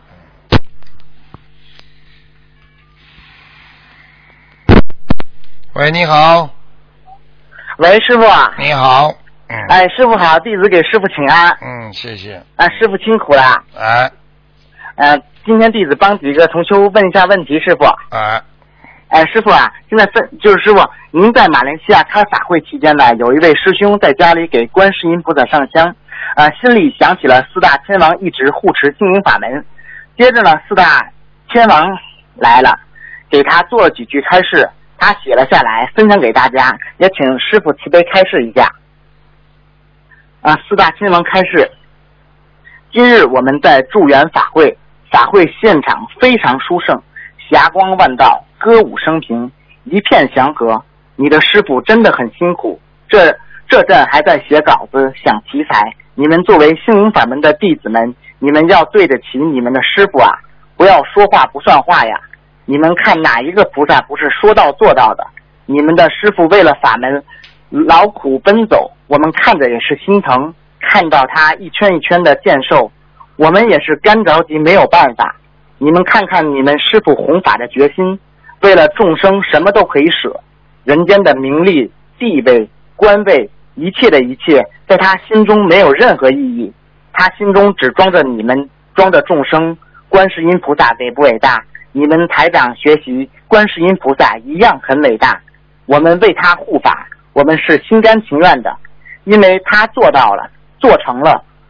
喂，你好。 喂，师傅啊。 你好。嗯。 哎，师傅好，弟子给师傅请安。 嗯，谢谢。 哎，师傅辛苦了。 哎。 呃，今天弟子帮几个同修问一下问题，师傅。 哎。 哎，师傅啊，现在分就是师傅，您在马来西亚开法会期间呢，有一位师兄在家里给观世音菩萨上香，呃，心里想起了四大天王一直护持心灵法门。接着呢，四大天王来了，给他做了几句开示，他写了下来，分享给大家，也请师傅慈悲开示一下。啊，四大天王开示。今日我们在助缘法会，法会现场非常殊胜，霞光万道，歌舞升平，一片祥和。你的师父真的很辛苦，这这阵还在写稿子想题材。你们作为心灵法门的弟子们，你们要对得起你们的师父啊，不要说话不算话呀。你们看哪一个菩萨不是说到做到的？你们的师父为了法门劳苦奔走，我们看着也是心疼，看到他一圈一圈的健寿，我们也是干着急没有办法。你们看看你们师父弘法的决心，为了众生什么都可以舍，人间的名利、地位、官位，一切的一切，在他心中没有任何意义，他心中只装着你们，装着众生。观世音菩萨伟不伟大？你们台长学习观世音菩萨一样很伟大。我们为他护法，我们是心甘情愿的，因为他做到了，做成了，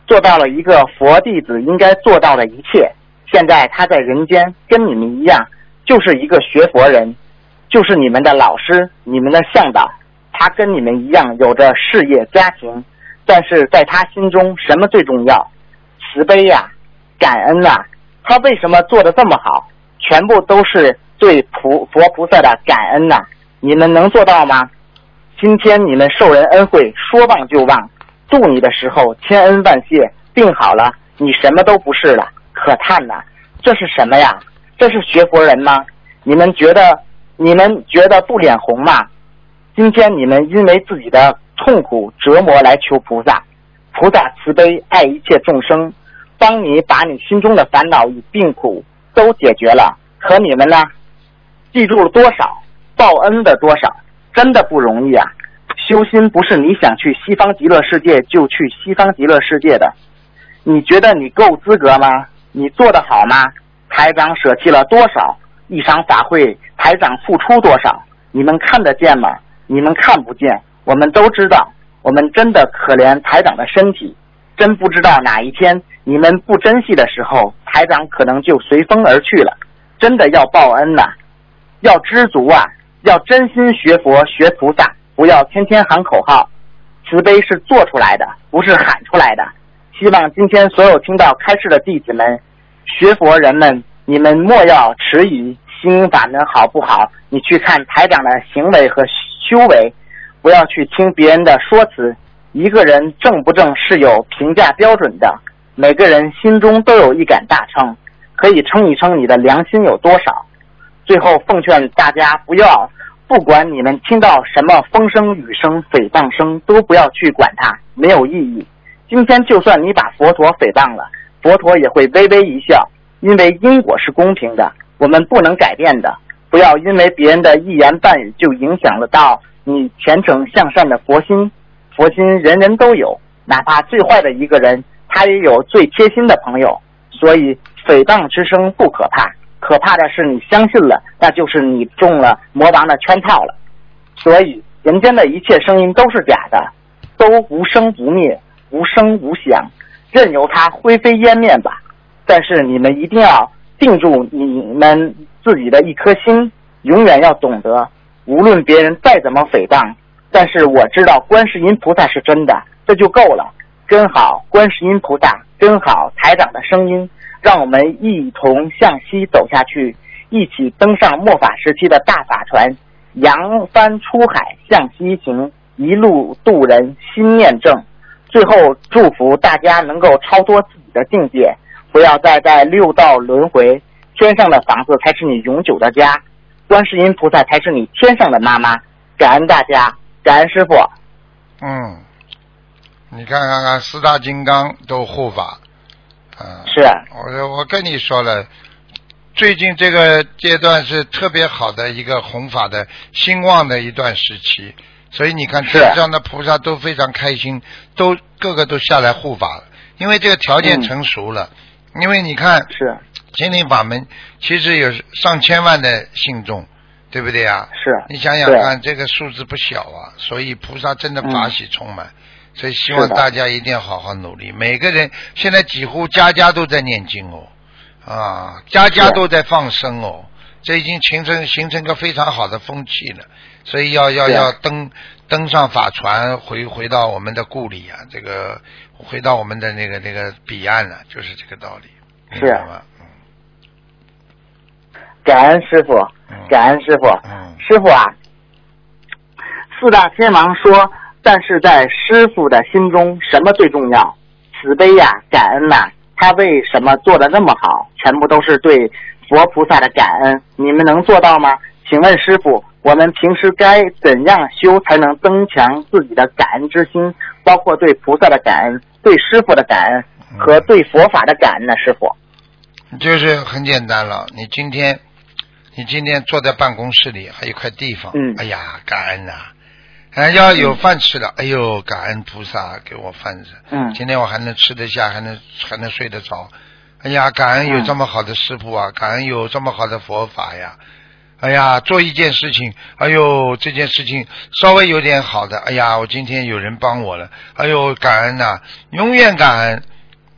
做到了一个佛弟子应该做到的一切。现在他在人间跟你们一样，就是一个学佛人，就是你们的老师，你们的向导。他跟你们一样有着事业家庭，但是在他心中什么最重要？慈悲呀、啊，感恩啊。他为什么做得这么好？全部都是对菩佛菩萨的感恩呐、啊。你们能做到吗？今天你们受人恩惠，说忘就忘，度你的时候千恩万谢，病好了你什么都不是了，可叹呐！这是什么呀？这是学佛人吗？你们觉得你们觉得不脸红吗？今天你们因为自己的痛苦折磨来求菩萨，菩萨慈悲爱一切众生，帮你把你心中的烦恼与病苦都解决了。可你们呢？记住了多少？报恩的多少？真的不容易啊！修心不是你想去西方极乐世界就去西方极乐世界的。你觉得你够资格吗？你做得好吗？台长舍弃了多少？一场法会，台长付出多少？你们看得见吗？你们看不见，我们都知道。我们真的可怜台长的身体，真不知道哪一天你们不珍惜的时候，台长可能就随风而去了。真的要报恩呐、啊，要知足啊，要真心学佛学菩萨，不要天天喊口号。慈悲是做出来的，不是喊出来的。希望今天所有听到开示的弟子们、学佛人们，你们莫要迟疑，心灵法门好不好？你去看台长的行为和修为，不要去听别人的说辞。一个人正不正是有评价标准的，每个人心中都有一杆大秤，可以称一称你的良心有多少。最后奉劝大家，不要不管你们听到什么风声雨声诽谤声，都不要去管它，没有意义。今天就算你把佛陀诽谤了，佛陀也会微微一笑，因为因果是公平的，我们不能改变的。不要因为别人的一言半语就影响了到你虔诚向善的佛心。佛心人人都有，哪怕最坏的一个人，他也有最贴心的朋友。所以诽谤之声不可怕，可怕的是你相信了，那就是你中了魔王的圈套了。所以人间的一切声音都是假的，都无声无灭，无声无响，任由它灰飞烟灭吧。但是你们一定要定住你们自己的一颗心，永远要懂得，无论别人再怎么诽谤，但是我知道观世音菩萨是真的，这就够了。跟好观世音菩萨，跟好台长的声音，让我们一同向西走下去，一起登上末法时期的大法船，扬帆出海向西行，一路渡人心念正。最后祝福大家能够超脱自己的境界，不要再在六道轮回，天上的房子才是你永久的家，观世音菩萨才是你天上的妈妈。感恩大家，感恩师父。 嗯，你看看看四大金刚都护法，啊， 是我我跟你说了，最近这个阶段是特别好的一个弘法的兴旺的一段时期，所以你看天上的菩萨都非常开心，都个个都下来护法了，因为这个条件成熟了。嗯、因为你看， 是心灵法门其实有上千万的信众，对不对啊？ 是， 你想想看，这个数字不小啊，所以菩萨真的法喜充满。嗯，所以希望大家一定要好好努力，每个人现在几乎家家都在念经哦，啊，家家都在放生哦，这已经形成形成个非常好的风气了。所以要要要登登上法船，回回到我们的故里啊，这个回到我们的那个那个彼岸了，就是这个道理。 是吗？嗯。感恩师父，感恩师父。嗯。师父啊，四大天王说。但是在师父的心中，什么最重要？慈悲呀、啊，感恩呐、啊。他为什么做得那么好？全部都是对佛菩萨的感恩。你们能做到吗？请问师父，我们平时该怎样修才能增强自己的感恩之心？包括对菩萨的感恩、对师父的感恩和对佛法的感恩呢？师父， 就是很简单了。你今天，你今天坐在办公室里，还有一块地方，嗯，哎呀，感恩呐、啊。还要有饭吃了，嗯、哎呦，感恩菩萨给我饭吃。嗯，今天我还能吃得下，还能还能睡得着。哎呀，感恩有这么好的师父啊，嗯、感恩有这么好的佛法呀。哎呀，做一件事情，哎呦，这件事情稍微有点好的，哎呀，我今天有人帮我了，哎呦，感恩呐、啊，永远感恩。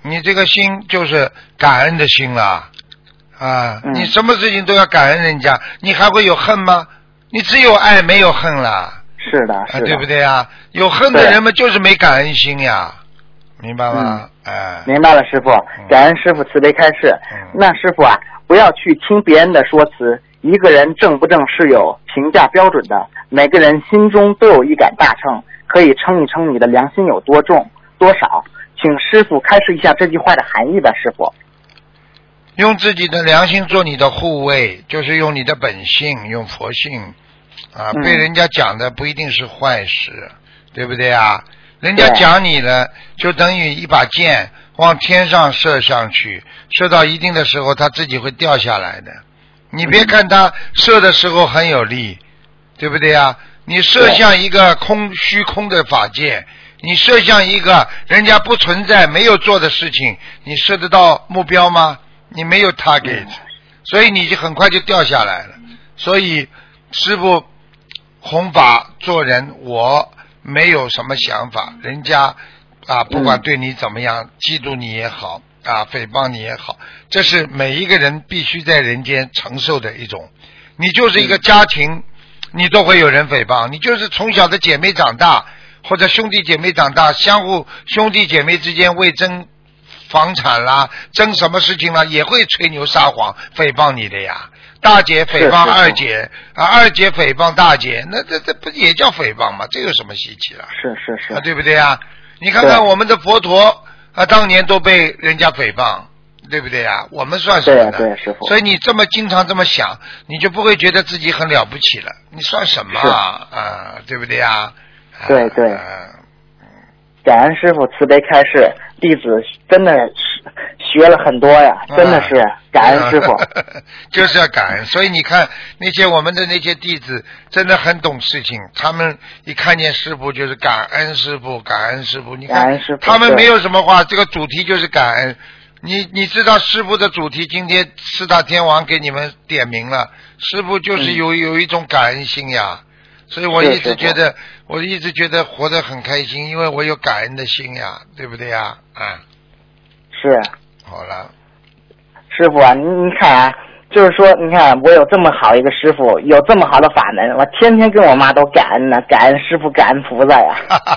你这个心就是感恩的心了啊！ 嗯、 你什么事情都要感恩人家，你还会有恨吗？你只有爱没有恨了。 是的，是的， 啊、对不对啊？有恨的人们就是没感恩心呀，明白吗？ 嗯、 哎， 明白了，师傅，感恩师傅慈悲开示。嗯、那师傅啊，不要去听别人的说辞，一个人正不正是有评价标准的，每个人心中都有一杆大秤，可以称一称你的良心有多重多少。请师傅开示一下这句话的含义吧，师傅。 用自己的良心做你的护卫，就是用你的本性，用佛性啊。被人家讲的不一定是坏事，嗯、对不对啊？人家讲你了，就等于一把箭往天上射上去，射到一定的时候，它自己会掉下来的。你别看它射的时候很有力，对不对啊？你射向一个空虚空的法界。你射向一个人家不存在没有做的事情，你射得到目标吗？你没有 target， 所以你就很快就掉下来了。所以师父弘法做人，我没有什么想法，人家啊不管对你怎么样，嫉妒你也好啊，诽谤你也好，这是每一个人必须在人间承受的一种。你就是一个家庭，你都会有人诽谤，你就是从小的姐妹长大。或者兄弟姐妹长大，相互兄弟姐妹之间为争房产啦，争什么事情啦，也会吹牛撒谎诽谤你的呀。大姐诽谤二姐啊，二姐诽谤大姐，那这这不也叫诽谤吗？这有什么稀奇了？ 是是是， 啊，对不对啊？你看看我们的佛陀啊，当年都被人家诽谤，对不对啊？我们算什么呢？ 对对，师父。 所以你这么经常这么想，你就不会觉得自己很了不起了。你算什么啊？啊，对不对啊？ 对对，感恩师父慈悲开示，弟子真的学了很多呀，真的是感恩师父， 就是要感恩。所以你看那些我们的那些弟子真的很懂事情，他们一看见师父就是感恩师父，感恩师父。你看他们没有什么话，这个主题就是感恩。你你知道师父的主题，今天四大天王给你们点名了，师父就是有、嗯、有一种感恩心呀。所以我一直觉得，我一直觉得活得很开心，因为我有感恩的心呀，对不对呀？啊， 是。 好了， 师傅啊，您您看啊，就是说，你看我有这么好一个师傅，有这么好的法门，我天天跟我妈都感恩呢，感恩师傅，感恩菩萨呀。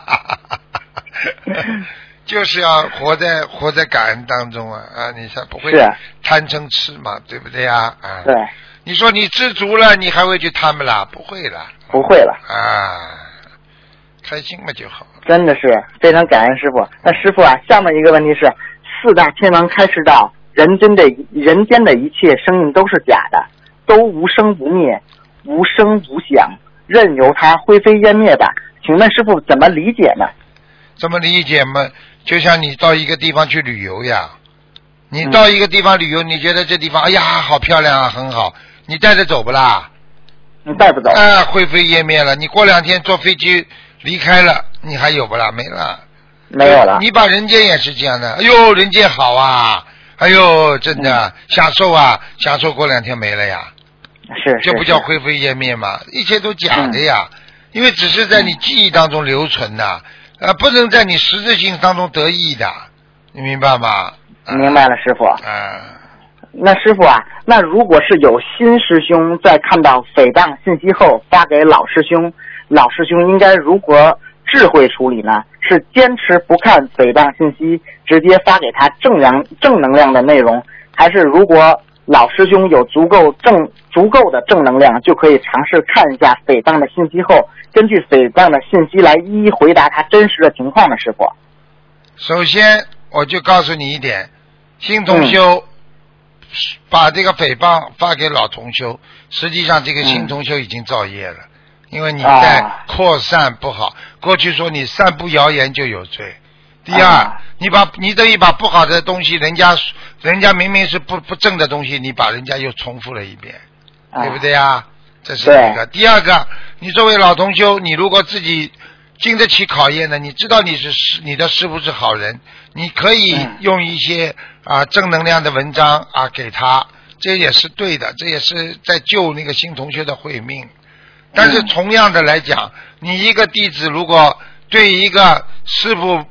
就是要活在活在感恩当中啊啊！你才不会贪嗔痴嘛，对不对呀？啊， 对。 你说你知足了，你还会去贪不啦？不会了， 不会了啊，开心嘛就好。 真的是非常感恩师傅。那师傅啊，下面一个问题是，四大天王开示道，人间的人间的一切生命都是假的，都无生无灭，无声无响，任由它灰飞烟灭吧。请问师傅怎么理解呢？ 怎么理解嘛？就像你到一个地方去旅游呀，你到一个地方旅游，嗯、你觉得这地方哎呀好漂亮啊，很好。你带着走不啦？ 你带不走。 啊，灰飞烟灭了。你过两天坐飞机离开了，你还有不啦？没了。 没有了。 你把人间也是这样的。哎呦，人间好啊！哎呦，真的、嗯、享受啊，享受过两天没了呀。 是。 这不叫灰飞烟灭吗？一切都假的呀，嗯、因为只是在你记忆当中留存的，啊，不能在你实质性当中得益的，你明白吗？ 明白了，师傅。 啊。 那师傅啊，那如果是有新师兄在看到诽谤信息后发给老师兄，老师兄应该如何智慧处理呢？是坚持不看诽谤信息，直接发给他正能正能量的内容，还是如果老师兄有足够正足够的正能量，就可以尝试看一下诽谤的信息后，根据诽谤的信息来一一回答他真实的情况呢？师傅， 首先我就告诉你一点，新同修、嗯把这个诽谤发给老同修，实际上这个新同修已经造业了、嗯、因为你在扩散不好、啊、过去说你散布谣言就有罪。第二、啊、你把你等于把不好的东西，人家人家明明是不不正的东西，你把人家又重复了一遍、啊、对不对啊？这是一个。第二个，你作为老同修，你如果自己经得起考验的，你知道你是你的师父是好人，你可以用一些啊正能量的文章啊给他，这也是对的，这也是在救那个新同学的慧命。但是同样的来讲，你一个弟子如果对一个师父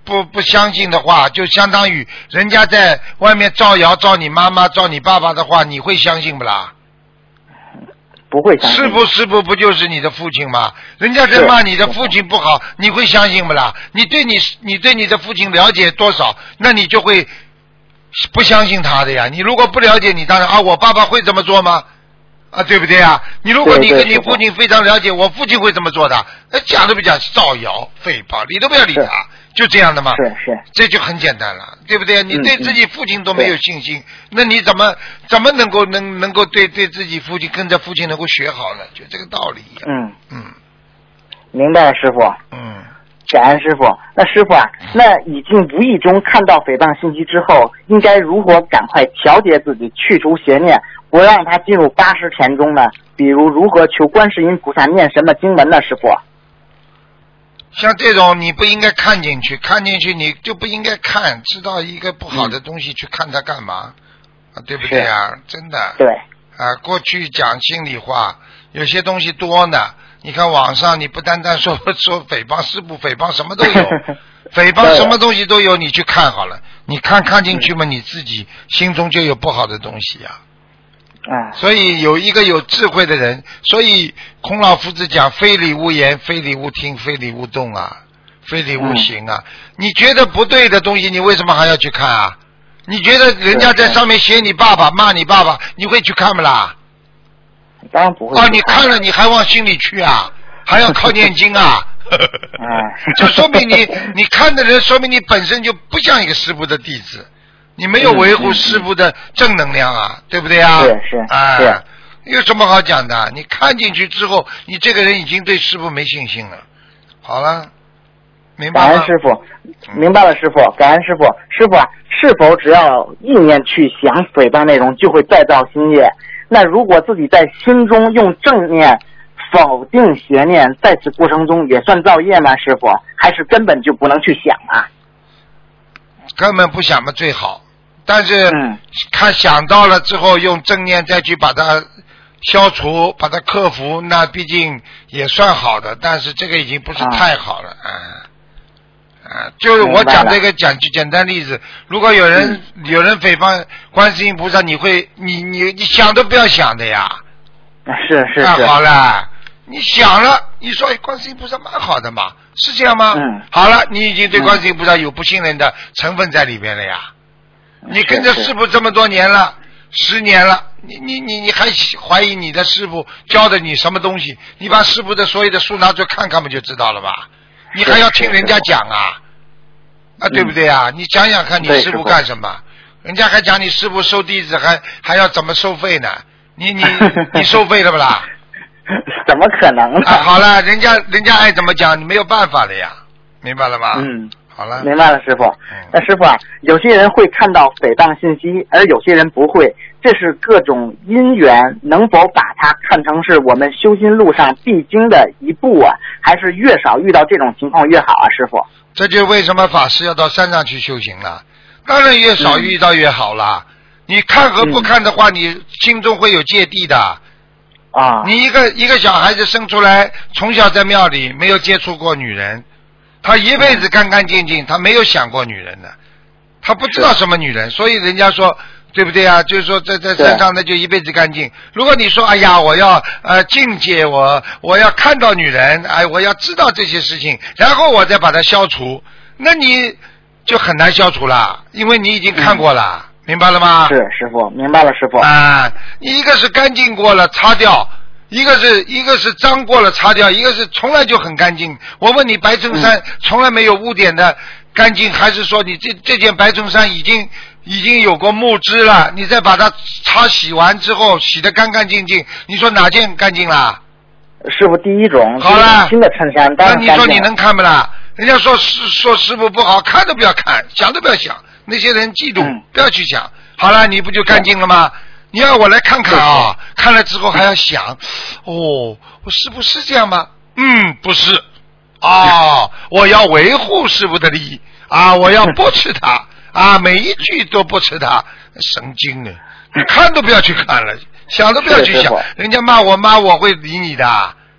不不相信的话，就相当于人家在外面造谣造你妈妈造你爸爸的话，你会相信不啦？ 不会相信。 师傅师傅不就是你的父亲吗？人家在骂你的父亲不好，你会相信不啦？你对你你对你的父亲了解多少，那你就会不相信他的呀。你如果不了解，你当然啊，我爸爸会这么做吗？啊，对不对啊？你如果你跟你父亲非常了解，我父亲会这么做的，那讲都不讲，造谣诽谤，你都不要理他，就这样的嘛。 是是， 这就很简单了，对不对？你对自己父亲都没有信心，嗯嗯、那你怎么怎么能够能能够对对自己父亲跟着父亲能够学好呢？就这个道理、啊。 嗯嗯， 明白了，师傅。 嗯， 感恩师傅。那师傅啊，那已经无意中看到诽谤信息之后，应该如何赶快调节自己，去除邪念？不让他进入八十田中呢？比如如何求观世音菩萨念什么经文呢？师傅， 像这种你不应该看进去，看进去你就不应该看，知道一个不好的东西去看它干嘛？嗯、啊，对不对啊？真的。 对。 啊，过去讲心里话，有些东西多呢。你看网上，你不单单说说诽谤师父，诽谤什么都有，诽谤什么东西都有，你去看好了，你看看进去嘛，你自己心中就有不好的东西呀、啊。 啊， 所以有一个有智慧的人，所以孔老夫子讲非礼勿言，非礼勿听，非礼勿动啊，非礼勿行啊、嗯、你觉得不对的东西你为什么还要去看啊？你觉得人家在上面写你爸爸骂你爸爸，你会去看不啦？ 当然不会。 哦，你看了你还往心里去啊？还要靠念经啊？ 啊， 就说明你你看的人，说明你本身就不像一个师父的弟子，你没有维护师父的正能量啊，嗯、对不对啊？ 是是。 哎， 是有什么好讲的？你看进去之后，你这个人已经对师父没信心了。好了，明白吗？ 感恩师傅，明白了，师傅，感恩师傅。师傅啊，是否只要意念去想诽谤内容，就会再造新业？那如果自己在心中用正念否定邪念，在此过程中也算造业吗？师傅，还是根本就不能去想啊？ 根本不想嘛最好，但是嗯， 他想到了之后，用正念再去把它消除，把它克服，那毕竟也算好的，但是这个已经不是太好了啊。啊，就是我讲这个讲句简单例子，如果有人、嗯、有人诽谤观世音菩萨，你会你你你想都不要想的呀。 是是是。 那好了，你想了，你说哎，观世音菩萨蛮好的嘛，是这样吗？ 嗯。 好了，你已经对观世音菩萨有不信任的成分在里边了呀。嗯、你跟着师父这么多年了，十年了，你你你你还怀疑你的师父教的你什么东西？你把师父的所有的书拿出来看看不就知道了吧？你还要听人家讲啊？啊，对不对啊？你想想看，你师父干什么？人家还讲你师父收弟子，还还要怎么收费呢？你你你收费了不啦？ 怎么可能呢？ 啊，好了，人家人家爱怎么讲，你没有办法的呀，明白了吗？ 嗯， 好了， 明白了，师傅。嗯、那师傅啊，有些人会看到诽谤信息，而有些人不会，这是各种因缘，能否把它看成是我们修心路上必经的一步啊？还是越少遇到这种情况越好啊，师傅？ 这就为什么法师要到山上去修行了。当然越少遇到越好了。嗯、你看和不看的话，嗯、你心中会有芥蒂的。 啊！ 你一个一个小孩子生出来，从小在庙里没有接触过女人，他一辈子干干净净，他没有想过女人的，他不知道什么女人，所以人家说。对不对啊？就是说在在山上那就一辈子干净。如果你说哎呀我要呃境界，我我要看到女人，哎我要知道这些事情，然后我再把它消除，那你就很难消除了，因为你已经看过了。嗯、明白了吗？ 是师傅，明白了师傅。 啊，一个是干净过了擦掉，一个是一个是脏过了擦掉，一个是从来就很干净。我问你，白衬衫从来没有污点的干净，还是说你这这件白衬衫已经已经有过木汁了，你再把它擦洗完之后洗得干干净净，你说哪件干净啦？ 师傅，第一种好了， 新的衬衫当然干净了。 那你说你能看不啦？人家说师说师傅不好，看都不要看，想都不要想，那些人嫉妒，嗯、不要去想。好了，你不就干净了吗？你要我来看看啊，看了之后还要想，哦，我师傅是这样吗？嗯，不是。哦，我要维护师傅的利益啊，我要驳斥他。啊，每一句都不吃他，神经呢！你看都不要去看了，想都不要去想。人家骂我骂我会理你的，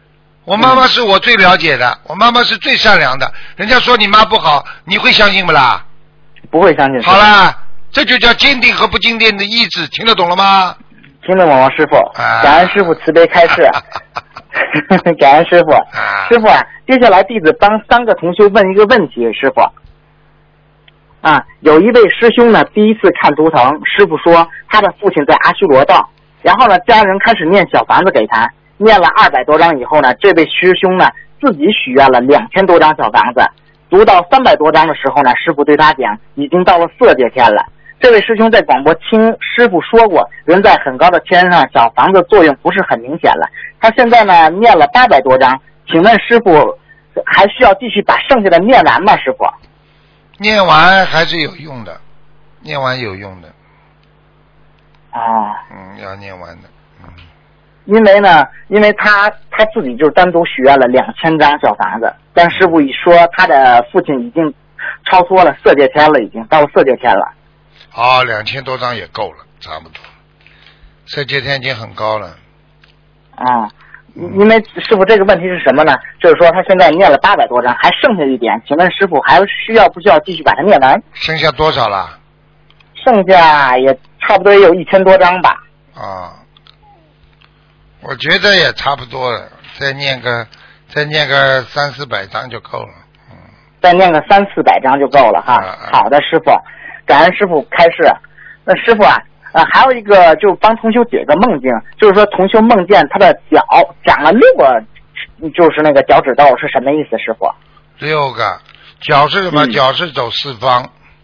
我妈妈是我最了解的，我妈妈是最善良的。人家说你妈不好，你会相信不啦？ 不会相信。 好啦，这就叫坚定和不坚定的意志，听得懂了吗？ 听得懂，师傅。 啊、 感恩师傅慈悲开示。感恩师傅。 啊、 师傅啊，接下来弟子帮三个同修问一个问题，师傅。啊，有一位师兄呢，第一次看图腾，师傅说他的父亲在阿修罗道，然后呢，家人开始念小房子给他，念了二百多张以后呢，这位师兄呢自己许愿了两千多张小房子，读到三百多张的时候呢，师傅对他讲，已经到了色界天了。这位师兄在广播听师傅说过，人在很高的天上，小房子作用不是很明显了。他现在呢念了八百多张，请问师傅还需要继续把剩下的念完吗？师傅？ 念完还是有用的，念完有用的。 啊， 嗯，要念完的，嗯。 因为呢，因为他他自己就单独许愿了两千张小房子，但师傅一说他的父亲已经超脱了色界天了，已经到了色界天了。 哦，两千多张也够了，差不多。色界天已经很高了。 啊。因为师傅这个问题是什么呢？就是说他现在念了八百多张，还剩下一点，请问师傅还需要不需要继续把它念完？ 剩下多少了？ 剩下也差不多也有一千多张吧。 啊，我觉得也差不多了，再念个再念个三四百张就够了。嗯， 再念个三四百张就够了哈。 啊啊、 好的，师傅，感恩师傅开示。那师傅啊。呃，还有一个就帮同修解个梦境，就是说同修梦见他的脚长了六个，就是那个脚趾头是什么意思，师傅？ 六个脚是什么？嗯、脚是走四方，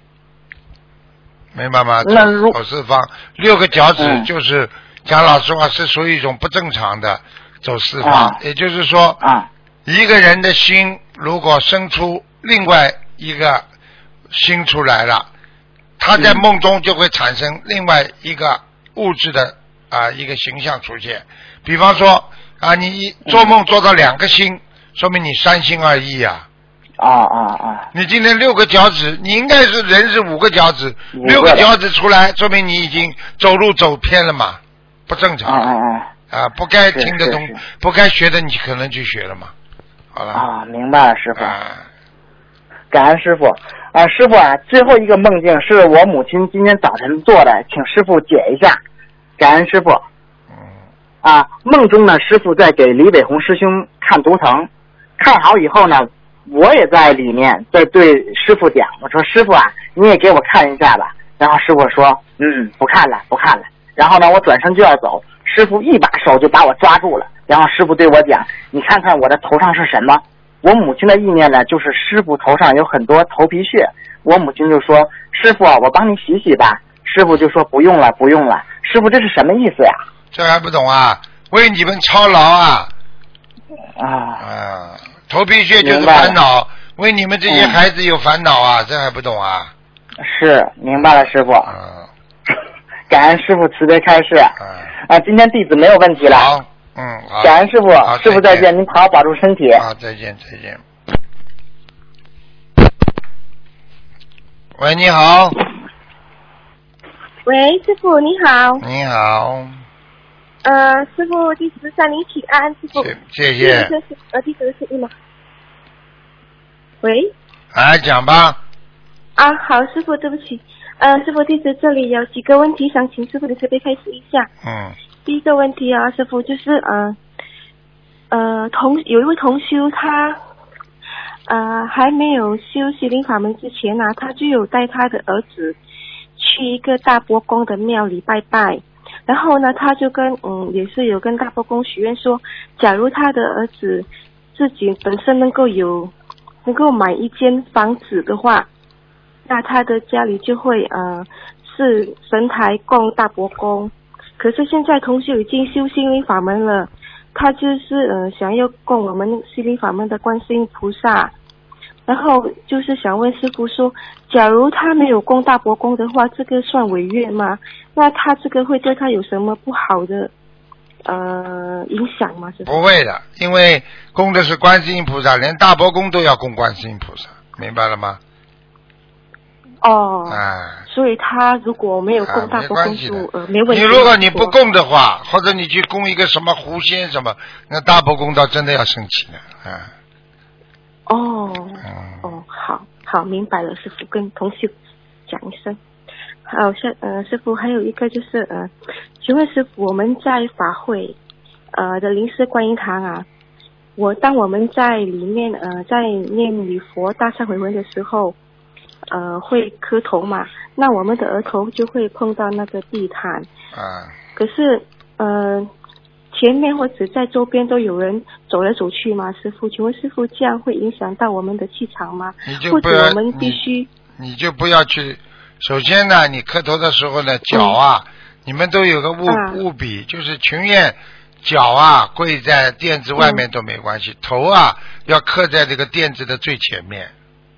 明白吗？ 那如走四方，六个脚趾就是讲、嗯、老实话是属于一种不正常的走四方，啊、也就是说， 啊， 一个人的心如果生出另外一个心出来了。他在梦中就会产生另外一个物质的啊一个形象出现，比方说啊，你做梦做到两个心，说明你三心二意啊。 啊啊啊！ 你今天六个脚趾，你应该是人是五个脚趾，六个脚趾出来，说明你已经走路走偏了嘛，不正常。 啊啊啊！ 啊，不该听得懂，不该学的，你可能去学了嘛。好了。 啊，明白了，师傅。 啊。 感恩师傅。啊，师傅啊，最后一个梦境是我母亲今天早晨做的，请师傅解一下。感恩师傅。 嗯。 啊，梦中呢，师傅在给李伟红师兄看图腾，看好以后呢，我也在里面在对师傅讲，我说师傅啊，你也给我看一下吧。然后师傅说，嗯，不看了，不看了。然后呢，我转身就要走，师傅一把手就把我抓住了。然后师傅对我讲，你看看我的头上是什么？我母亲的意念呢，就是师傅头上有很多头皮屑。我母亲就说：“师傅，我帮你洗洗吧。”师傅就说：“不用了，不用了。”师傅，这是什么意思呀？ 这还不懂啊？为你们操劳啊！ 啊啊！头皮屑就是烦恼，为你们这些孩子有烦恼啊！嗯、这还不懂啊？ 是，明白了，师傅。 啊、 感恩师傅慈悲开示。 啊， 啊，今天弟子没有问题了。 好。嗯，好， 感恩师傅，师傅再见，您好好保重身体。 好，再见，再见。喂，你好。 喂，师傅你好。 你好。 呃，师傅弟子向您请安，师傅。 谢谢。 呃，弟子是吗？喂。 来讲吧。 啊，好，师傅，对不起，呃，师傅弟子这里有几个问题想请师傅的慈悲开示一下。 嗯。 第一个问题啊，师傅就是呃呃同有一位同修他呃还没有修心灵法门之前啊，他就有带他的儿子去一个大伯公的庙里拜拜，然后呢他就跟嗯也是有跟大伯公许愿说，假如他的儿子自己本身能够有能够买一间房子的话，那他的家里就会呃是神台供大伯公。可是现在同修已经修心灵法门了，他就是呃想要供我们心灵法门的观世音菩萨，然后就是想问师父说，假如他没有供大伯公的话，这个算违愿吗？那他这个会对他有什么不好的呃影响吗？ 不会的，因为供的是观世音菩萨，连大伯公都要供观世音菩萨，明白了吗？ 哦。 啊。 所以他如果没有供大波供珠，呃，没问题。 你如果你不供的话，或者你去供一个什么狐仙什么，那大波公道真的要生气了啊。 哦。 嗯。 哦，好，好，明白了，师父跟同修讲一声。好，像呃，师父还有一个就是呃，请问师父，我们在法会呃的临时观音堂啊。我当我们在里面呃在念礼佛大忏悔文的时候，呃会磕头嘛，那我们的额头就会碰到那个地毯。 啊。 可是呃前面或者在周边都有人走来走去吗？师父，请问师父这样会影响到我们的气场吗？ 你就不要， 或者我们必须你，你就不要去。首先呢，你磕头的时候呢，脚啊，嗯、你们都有个务、啊、务比，就是情愿。脚啊跪在垫子外面都没关系，嗯、头啊要磕在这个垫子的最前面，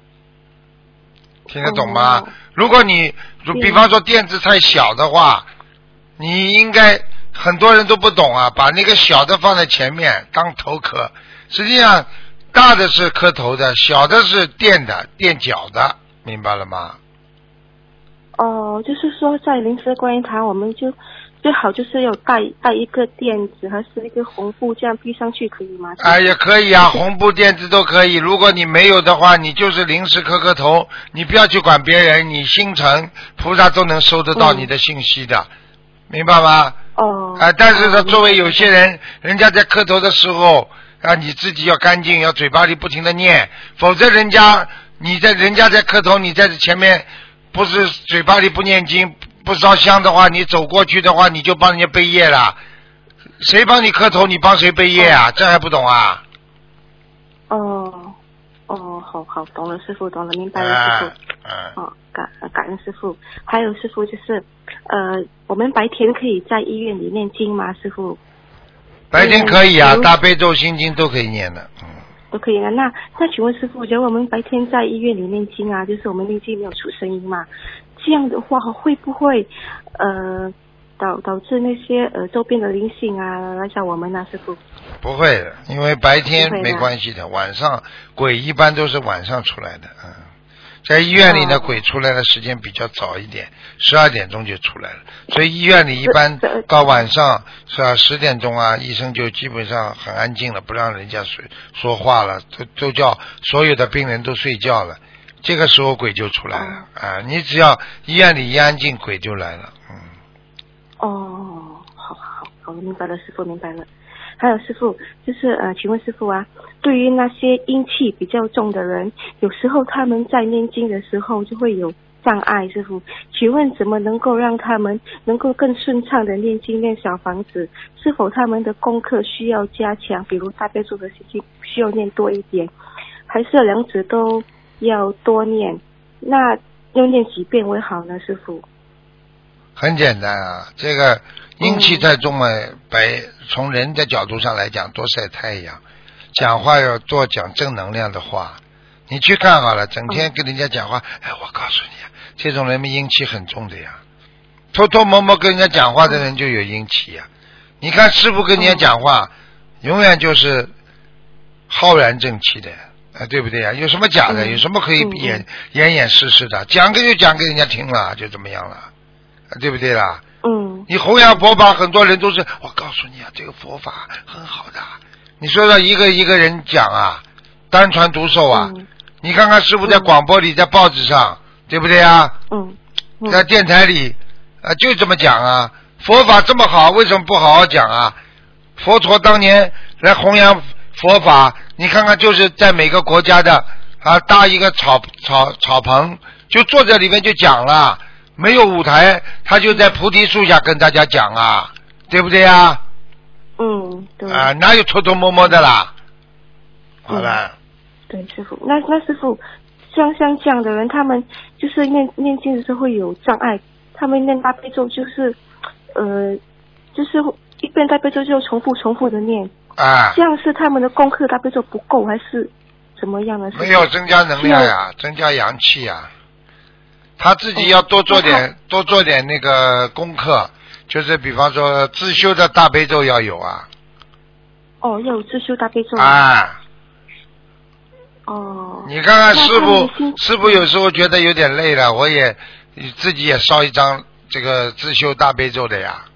听得懂吗？哦、如果你比方说垫子太小的话，你应该很多人都不懂啊，把那个小的放在前面当头磕，实际上大的是磕头的，小的是垫的垫脚的，明白了吗？ 哦，就是说在临时观音堂我们就最好就是有带带一个垫子还是一个红布，这样披上去可以吗？ 啊，也可以啊，红布垫子都可以。如果你没有的话，你就是临时磕磕头，你不要去管别人，你心诚，菩萨都能收得到你的信息的，嗯、明白吗？ 哦。 啊，但是呢，作为有些人，人家在磕头的时候啊，你自己要干净，要嘴巴里不停的念，否则人家你在人家在磕头，你在前面不是嘴巴里不念经。不烧香的话，你走过去的话，你就帮人家背业了。谁帮你磕头，你帮谁背业啊？哦、这还不懂啊？ 哦，哦，好好，懂了，师父，懂了，明白了，师父。 嗯。 哦，感感恩师父。还有师父就是，呃，我们白天可以在医院里念经吗？师父？ 白天可以啊，大悲咒、心经都可以念的。嗯。 都可以啊。那那请问师父，如果我们白天在医院里念经啊，就是我们念经没有出声音嘛？这样的话会不会呃导导致那些呃周边的灵性啊来找我们呢？师父？ 不会的，因为白天没关系的，晚上鬼一般都是晚上出来的，嗯，在医院里呢，哦、鬼出来的时间比较早一点，十二点钟就出来了，所以医院里一般到晚上是吧十点钟啊，医生就基本上很安静了，不让人家说说话了，都都叫所有的病人都睡觉了。这个时候鬼就出来了、哦、啊！你只要医院里一安静，鬼就来了。嗯。 哦，好好好，明白了，师父明白了。还有师父，就是呃，请问师父啊，对于那些阴气比较重的人，有时候他们在念经的时候就会有障碍，师父，请问怎么能够让他们能够更顺畅的念经念小房子？是否他们的功课需要加强？比如大悲咒的心经需要念多一点，还是两者都要多念？那要念几遍为好呢？师父？ 很简单啊，这个阴气太重了，白从人的角度上来讲，多晒太阳，讲话要多讲正能量的话。你去看好了，整天跟人家讲话，哎，我告诉你啊，这种人们阴气很重的呀。偷偷摸摸跟人家讲话的人就有阴气呀。你看师父跟人家讲话，永远就是浩然正气的。啊，对不对呀？有什么假的？有什么可以掩掩掩饰饰的？讲个就讲给人家听了，就怎么样了？啊，对不对啦？ 嗯。 你弘扬佛法，很多人都是我告诉你啊，这个佛法很好的。你说到一个一个人讲啊，单传独授啊。嗯、你看看师父在广播里，在报纸上，对不对啊？ 嗯。嗯在电台里啊，就这么讲啊。佛法这么好，为什么不好好讲啊？佛陀当年来弘扬佛法，你看看就是在每个国家的啊搭一个草草草棚，就坐在里面就讲了，没有舞台，他就在菩提树下跟大家讲啊，对不对呀？ 嗯，对。 啊，哪有偷偷摸摸的啦？好了。 嗯、对，师父，那那师父，像像这样的人，他们就是念念经的时候会有障碍，他们念大悲咒就是呃，就是一遍大悲咒就重复重复的念。 啊， 这样是他们的功课大悲咒不够，还是怎么样呢？ 没有增加能量呀，增加阳气呀。他自己要多做点、哦、多做点那个功课，就是比方说自修的大悲咒要有啊。 哦，要有自修大悲咒啊。 哦。 你看看师傅， 心师傅有时候觉得有点累了，我也自己也烧一张这个自修大悲咒的呀。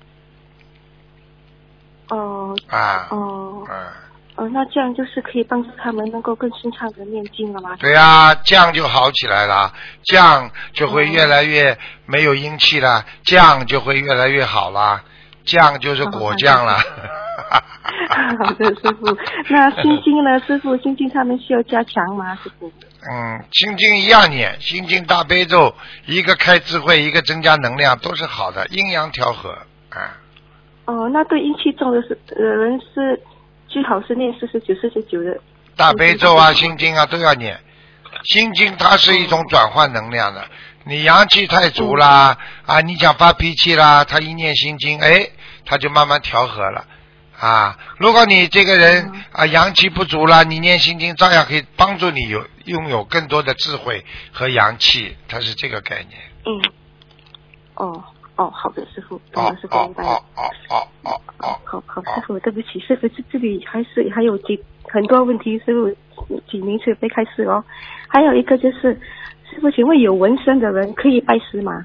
哦。 啊。 哦。 嗯。 哦，那这样就是可以帮助他们能够更顺畅的念经了吗？ 对呀、啊，这样就好起来了，这样就会越来越没有阴气了，这样就会越来越好了，这样就是果酱了。 好的，师傅。那心经呢？师傅，心经他们需要加强吗？师傅？ 嗯，心经一样念，心经大悲咒，一个开智慧，一个增加能量，都是好的，阴阳调和啊。 哦，那对阴气重的是呃人是最好是念四十九、四十九的大悲咒啊、心经啊都要念。心经它是一种转换能量的，你阳气太足啦、嗯、啊，你想发脾气啦，他一念心经，哎，他就慢慢调和了啊。如果你这个人、嗯、啊阳气不足啦，你念心经照样可以帮助你有拥有更多的智慧和阳气，它是这个概念。 嗯。哦。哦，好的，师傅，懂了，师傅明白了。 哦哦哦哦哦， 好好，师傅，对不起，师傅，这这里还是还有几很多问题，师傅几名次被开示哦。还有一个就是，师傅，请问有纹身的人可以拜师吗？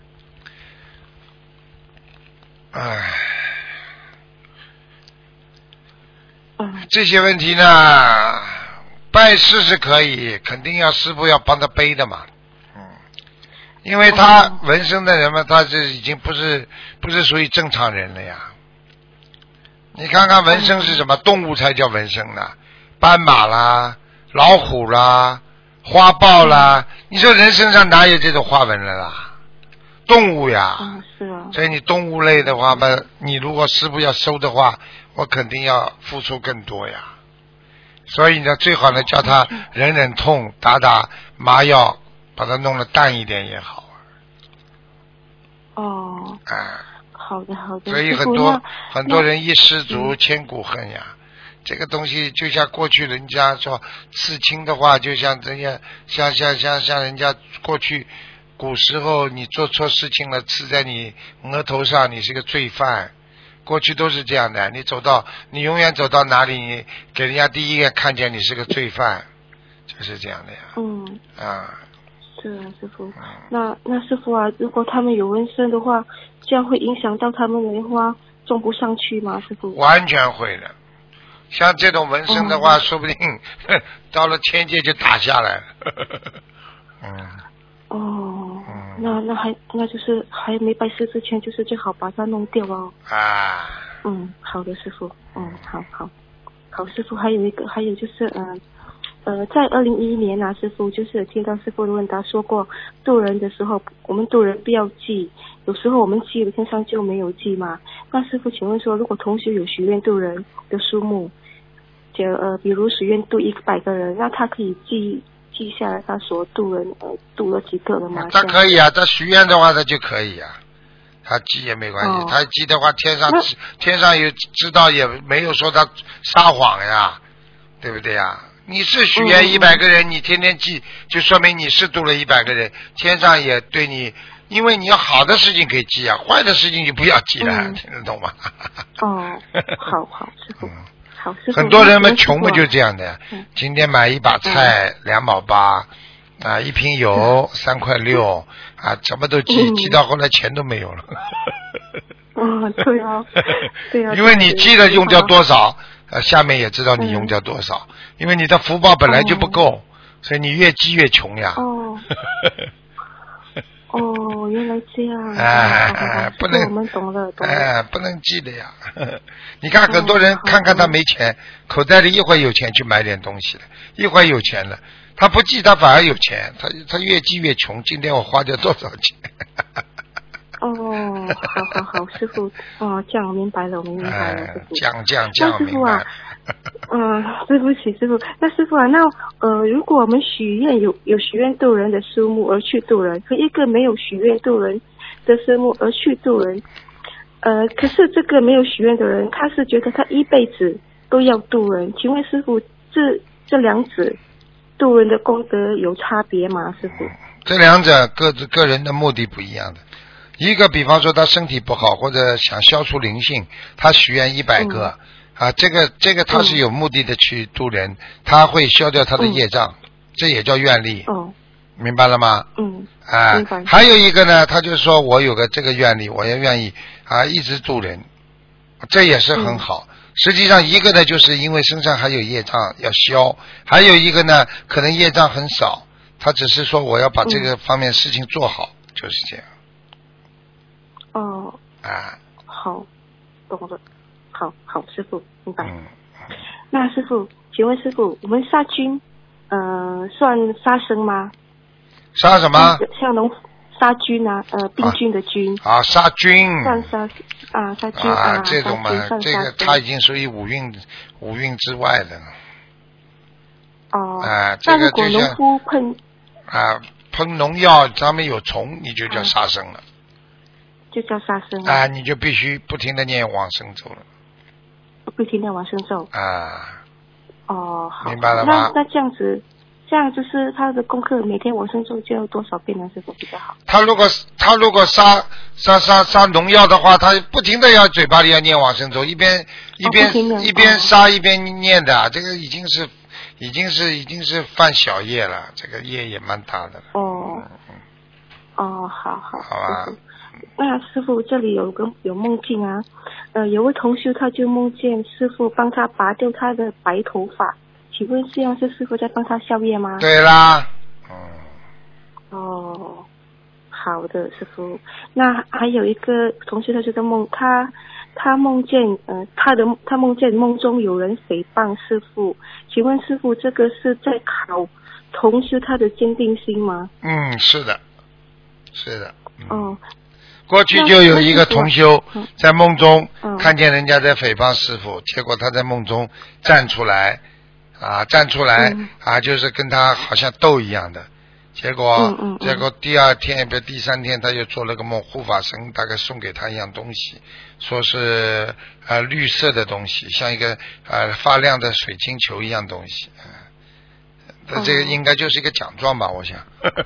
唉， 嗯， 这些问题呢，拜师是可以，肯定要师傅要帮他背的嘛。因为他纹身的人嘛，他是已经不是不是属于正常人了呀。你看看纹身是什么？动物才叫纹身呢，斑马啦、老虎啦、花豹啦，你说人身上哪有这种花纹了啦？动物呀。 嗯，是啊。 所以你动物类的话嘛，你如果师傅要收的话，我肯定要付出更多呀。所以呢，最好呢叫他忍忍痛，打打麻药。把它弄得淡一点也好啊。 哦。 啊。 好的，好的。 所以很多很多人一失足千古恨呀。这个东西就像过去人家说刺青的话，就像这样，像像像像人家过去古时候你做错事情了，刺在你额头上，你是个罪犯。过去都是这样的，你走到你永远走到哪里，你给人家第一眼看见你是个罪犯，就是这样的呀。 嗯。 啊。 是啊，师傅。那那师傅啊，如果他们有纹身的话，这样会影响到他们的话种不上去吗，师傅？ 完全会的。像这种纹身的话，哦、说不定到了天界就打下来了。嗯。 哦。嗯、那那还那就是还没拜师之前，就是最好把它弄掉哦。 啊。 嗯，好的，师傅。嗯，好好。好，师傅，还有一个，还有就是嗯。呃呃，在二零一一年啊，师傅就是听到师傅的问答说过，渡人的时候，我们渡人不要记，有时候我们记了天上就没有记嘛。那师傅，请问说，如果同学有许愿渡人的数目，就呃，比如许愿渡一百个人，那他可以记记下来他所渡人呃渡了几个了吗？ 他可以啊，他许愿的话他就可以啊，他记也没关系，哦、他记的话天上天上有知道也没有说他撒谎呀，对不对呀？你是许愿一百个人、嗯、你天天记就说明你是度了一百个人，天上也对你，因为你要好的事情可以记啊，坏的事情就不要记了、嗯、听得懂吗？ 哦，好好师傅、嗯、好师傅。 很多人们穷嘛就这样的、嗯、今天买一把菜两、嗯、毛八啊，一瓶油三块六啊，什么都记、嗯、记到后来钱都没有了。 哦，对啊，对啊， 因为你记了用掉多少呃，下面也知道你用掉多少、嗯、因为你的福报本来就不够、哦、所以你越积越穷呀。 哦哦，原来这样。 哎、 啊、 不能， 我们懂了，懂了。 哎，不能记的呀。你看很多人看看他没钱、哦、口袋里一会儿有钱去买点东西了，一会儿有钱了，他不记他反而有钱，他他越积越穷。今天我花掉多少钱？ 哦，好好好，师傅，哦，这样我明白了，我明白了，师傅。 这样这样这样明白了。 嗯，对不起，师傅。那师傅啊，那呃，如果我们许愿有有许愿渡人的数目而去渡人，和一个没有许愿渡人的数目而去渡人，呃，可是这个没有许愿的人，他是觉得他一辈子都要渡人，请问师傅，这这两者渡人的功德有差别吗？师傅？ 这两者各自个人的目的不一样的。一个比方说他身体不好或者想消除灵性，他许愿一百个、嗯、啊，这个这个他是有目的的去渡人、嗯、他会消掉他的业障、 这也叫愿力。 哦。 明白了吗？ 嗯。 啊、 明白。 还有一个呢，他就说我有个这个愿力，我也愿意啊一直助人，这也是很好。嗯、实际上一个呢，就是因为身上还有业障要消，还有一个呢，可能业障很少，他只是说我要把这个方面事情做好，嗯、就是这样。 哦。 啊。 好，懂了。好好，师父明白。 嗯。 那师父，请问师父，我们杀菌，呃，算杀生吗？ 杀什么？ 像农杀菌啊，呃，病菌的菌。 啊，杀菌。 算杀啊，杀菌啊， 啊， 这种嘛，这个它已经属于五蕴五蕴之外的了。 哦。 啊，这个就像。 那如果农夫喷。 啊，喷农药上面有虫，你就叫杀生了。 就叫杀生啊！啊，你就必须不停的念往生咒了。 不停的往生咒。 啊。 哦，好。 明白了吗？ 那那这样子。这样就是他的功课，每天往生咒就要多少遍呢？是否比较好？ 他如果他如果杀杀杀杀农药的话，他不停的要嘴巴里要念往生咒，一边一边、哦、一边杀一边念的，这个已经是已经是已经是犯小业了，这个业也蛮大的了。 哦。 嗯、 哦，好好。 好吧。 那师父这里有个有梦境啊，呃，有位同修他就梦见师父帮他拔掉他的白头发。请问这样是师父在帮他消业吗？ 对啦。嗯。 哦，好的，师父。那还有一个同学，他这个梦，他他梦见呃，他的他梦见梦中有人诽谤师父。请问师父，这个是在考同修他的坚定心吗？ 嗯，是的，是的。 嗯、哦。 过去就有一个同修在梦中看见人家在诽谤师父，嗯、结果他在梦中站出来。啊，站出来、嗯、啊，就是跟他好像斗一样的，结果、 嗯嗯嗯、 结果第二天不第三天他就做了个梦，护法神大概送给他一样东西，说是呃绿色的东西，像一个呃发亮的水晶球一样东西，呃、这个应该就是一个奖状吧，我想。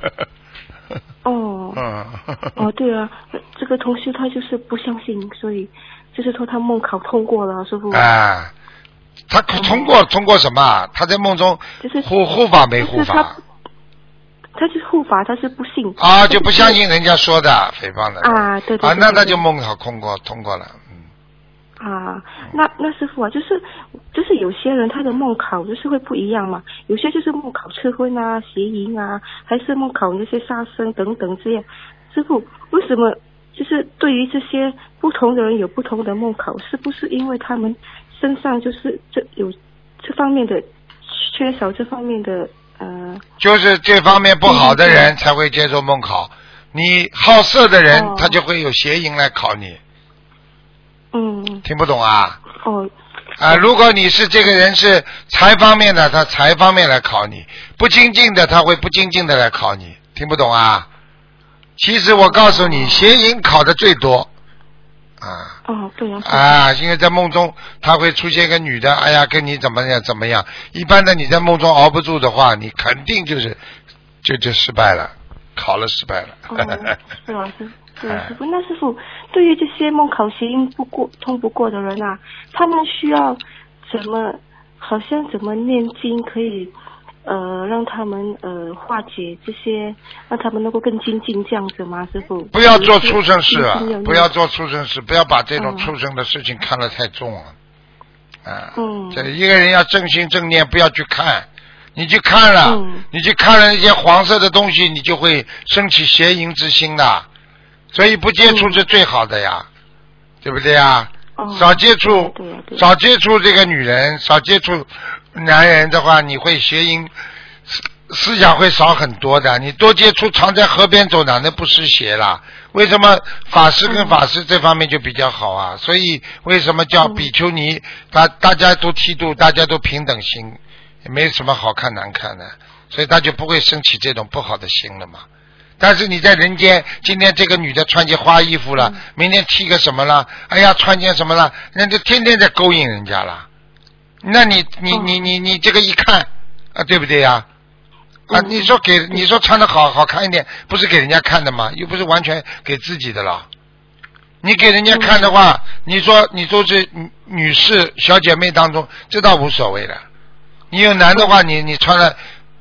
哦。 嗯。 哦，对啊，这个同学他就是不相信，所以就是说他梦考通过了，师父。 啊。他通过、嗯、通过什么？他在梦中护护法没护法？ 他, 他就是护法，他是不信啊，就不相信人家说的诽谤的啊，对 对, 对, 对, 对。 啊，那他就梦考通过通过了，嗯。 啊，那那师父啊，就是就是有些人他的梦考就是会不一样嘛，有些就是梦考赐婚啊、邪淫啊，还是梦考那些杀生等等这样。师父，为什么就是对于这些不同的人有不同的梦考？是不是因为他们身上就是这有这方面的缺少这方面的呃， 就是这方面不好的人才会接受梦考，你好色的人、哦、他就会有邪淫来考你。 嗯。 听不懂啊？ 哦。 啊，如果你是这个人是财方面的，他财方面来考你；不精进的，他会不精进的来考你。听不懂啊？其实我告诉你，邪淫考的最多。啊， 哦，对啊， 啊，因为在梦中他会出现一个女的，哎呀，跟你怎么样怎么样。一般的你在梦中熬不住的话，你肯定就是就就失败了，考了失败了。 哦，是啊，是，对师傅。那师傅，对于这些梦考邪淫不过通不过的人啊，他们需要怎么，好像怎么念经可以？呃，让他们呃化解这些，让他们能够更精进这样子吗？师傅， 不要做畜生事啊！不要做畜生事，不要把这种畜生的事情看得太重了。啊， 嗯， 这一个人要正心正念，不要去看。你去看了， 嗯、 你去看了那些黄色的东西，你就会升起邪淫之心的。所以不接触是最好的呀，嗯、对不对呀？ 哦、 少接触， 对对对少接触这个女人，少接触。男人的话，你会邪淫，思思想会少很多的。你多接触，常在河边走，哪能不湿邪啦？为什么法师跟法师这方面就比较好啊？所以为什么叫比丘尼？大大家都剃度，大家都平等心，也没什么好看难看的，所以他就不会升起这种不好的心了嘛。但是你在人间，今天这个女的穿件花衣服了，明天剃个什么了？哎呀，穿件什么了？人家天天在勾引人家了。那你你你你你这个一看啊，对不对呀？啊，啊你说给你说穿的好好看一点，不是给人家看的吗？又不是完全给自己的了。你给人家看的话，你说你说这女士小姐妹当中，这倒无所谓的。你有男的话，你你穿了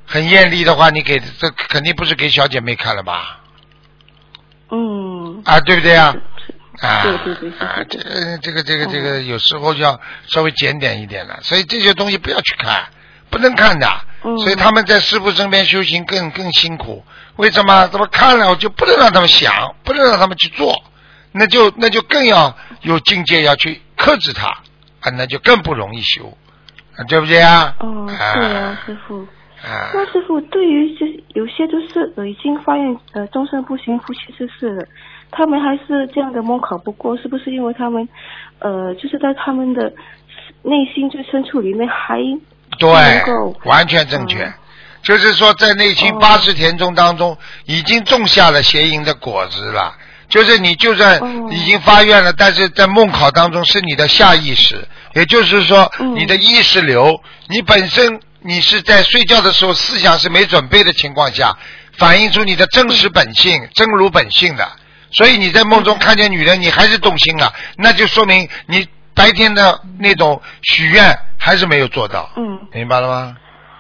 很艳丽的话，你给这肯定不是给小姐妹看了吧？ 嗯。 啊，对不对啊？啊， 对对对， 啊，这这个这个这个有时候就要稍微检点一点了，所以这些东西不要去看，不能看的。 嗯。 所以他们在师父身边修行更更辛苦。为什么？怎么看了我就不能让他们想，不能让他们去做，那就那就更要有境界，要去克制他啊，那就更不容易修，啊、对不对啊？ 哦，对啊，师父。 啊。 那师父，对于就是有些就是呃已经发愿呃终身不行夫妻之事了。他们还是这样的梦考不过，是不是因为他们，呃，就是在他们的内心最深处里面还对，完全正确，嗯、就是说在内心八十田中当中、哦、已经种下了邪淫的果子了，就是你就算已经发愿了，哦、但是在梦考当中是你的下意识，也就是说你的意识流，嗯、你本身你是在睡觉的时候思想是没准备的情况下，反映出你的真实本性、嗯、真如本性的。所以你在梦中看见女人，你还是动心了，那就说明你白天的那种许愿还是没有做到。嗯，明白了吗？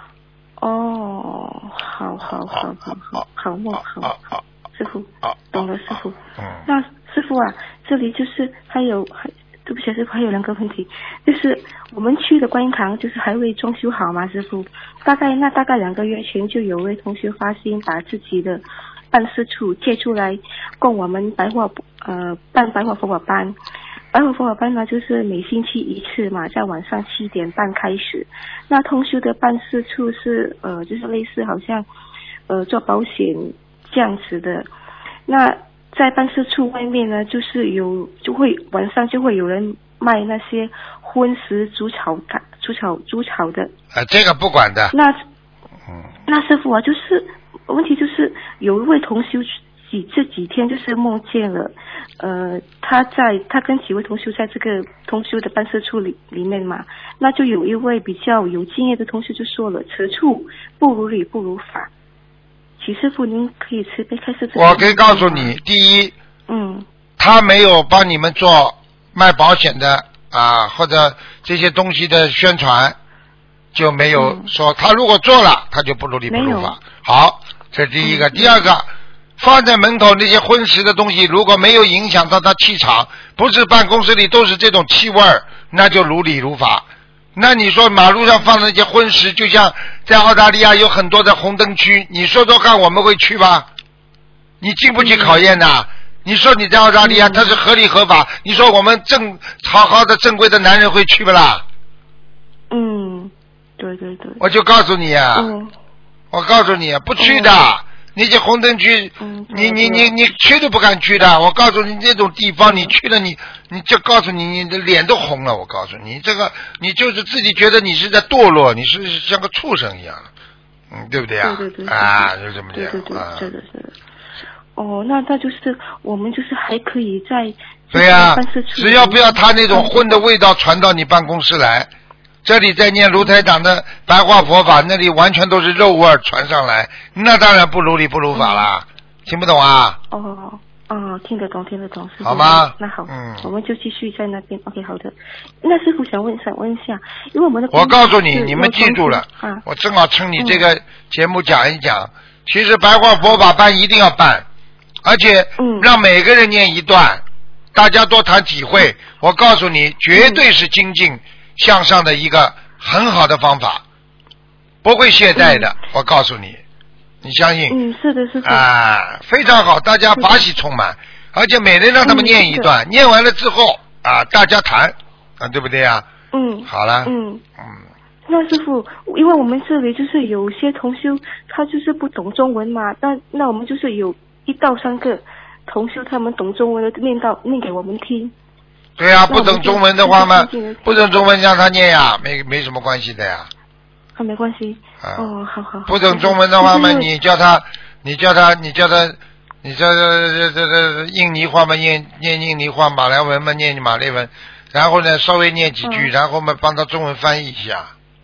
哦，好好好好好，好梦好，好，师父，懂了，师父。嗯。那师父啊，这里就是还有还，对不起，师父还有两个问题，就是我们去的观音堂就是还未装修好嘛，师父。大概那大概两个月前就有位同学发心把自己的办事处借出来供我们白话呃办白话佛法班。白话佛法班呢就是每星期一次嘛，在晚上七点半开始。那同修的办事处是呃就是类似好像呃做保险这样子的。那在办事处外面呢，就是有就会晚上就会有人卖那些荤食煮炒煮炒煮炒的。 啊，这个不管的。 那嗯，那师父啊，就是问题就是有一位同修几这几天就是梦见了，呃，他在他跟几位同修在这个同修的办事处里里面嘛，那就有一位比较有经验的同修就说了，此处不如理不如法。齐师傅，您可以慈悲开示。 我可以告诉你，第一， 嗯， 他没有帮你们做卖保险的啊，或者这些东西的宣传，就没有说、嗯、他如果做了，他就不如理不如法。好，这是第一个。嗯、第二个，放在门口那些荤食的东西，如果没有影响到他气场，不是办公室里都是这种气味儿，那就如理如法。那你说马路上放的那些荤食，就像在澳大利亚有很多的红灯区，你说说看我们会去吧？你经不起考验的。嗯、你说你在澳大利亚它是合理合法，你说我们正好好的正规的男人会去不啦？ 嗯，对对对。 我就告诉你啊， 嗯、 我告诉你不去的。嗯那些红灯区， 嗯、 你你你你去都不敢去的。我告诉你，这种地方你去了，你你就告诉你，你的脸都红了。我告诉你，这个你就是自己觉得你是在堕落，你是像个畜生一样，嗯，对不对啊？ 对对对， 啊，就这么这样。 对对对，是的，是的。哦，那那就是我们就是还可以在对呀、啊，只要不要他那种荤的味道传到你办公室来。这里在念卢台长的白话佛法，那里完全都是肉味传上来，那当然不如理不如法啦。嗯、听不懂啊？ 哦哦，听得懂，听得懂，师父。 好吗？ 那好， 嗯， 我们就继续在那边。OK， 好的。那师父想问想问一下，因为我们的我告诉你，你们记住了， 啊、 我正好趁你这个节目讲一讲。嗯、其实白话佛法班一定要办，而且让每个人念一段，嗯、大家多谈体会。我告诉你，绝对是精进向上的一个很好的方法，不会懈怠的。嗯、我告诉你，你相信？ 嗯，是的，是的。 啊，非常好，大家法喜充满，而且每人让他们念一段，嗯、念完了之后啊，大家谈啊，对不对啊？ 嗯。 好了。 嗯嗯。 那师父，因为我们这里就是有些同修，他就是不懂中文嘛，那那我们就是有一到三个同修，他们懂中文的念到念给我们听。 对呀、啊，不懂中文的话嘛，不懂中文让他念呀，没没什么关系的呀。 啊，没关系。啊、哦，好好好。 不懂中文的话嘛，你叫他，你叫他，你叫他，你叫这这这印尼话嘛，念念印尼话，马来文嘛，念马来文，然后呢，稍微念几句，嗯、然后嘛，帮他中文翻译一下。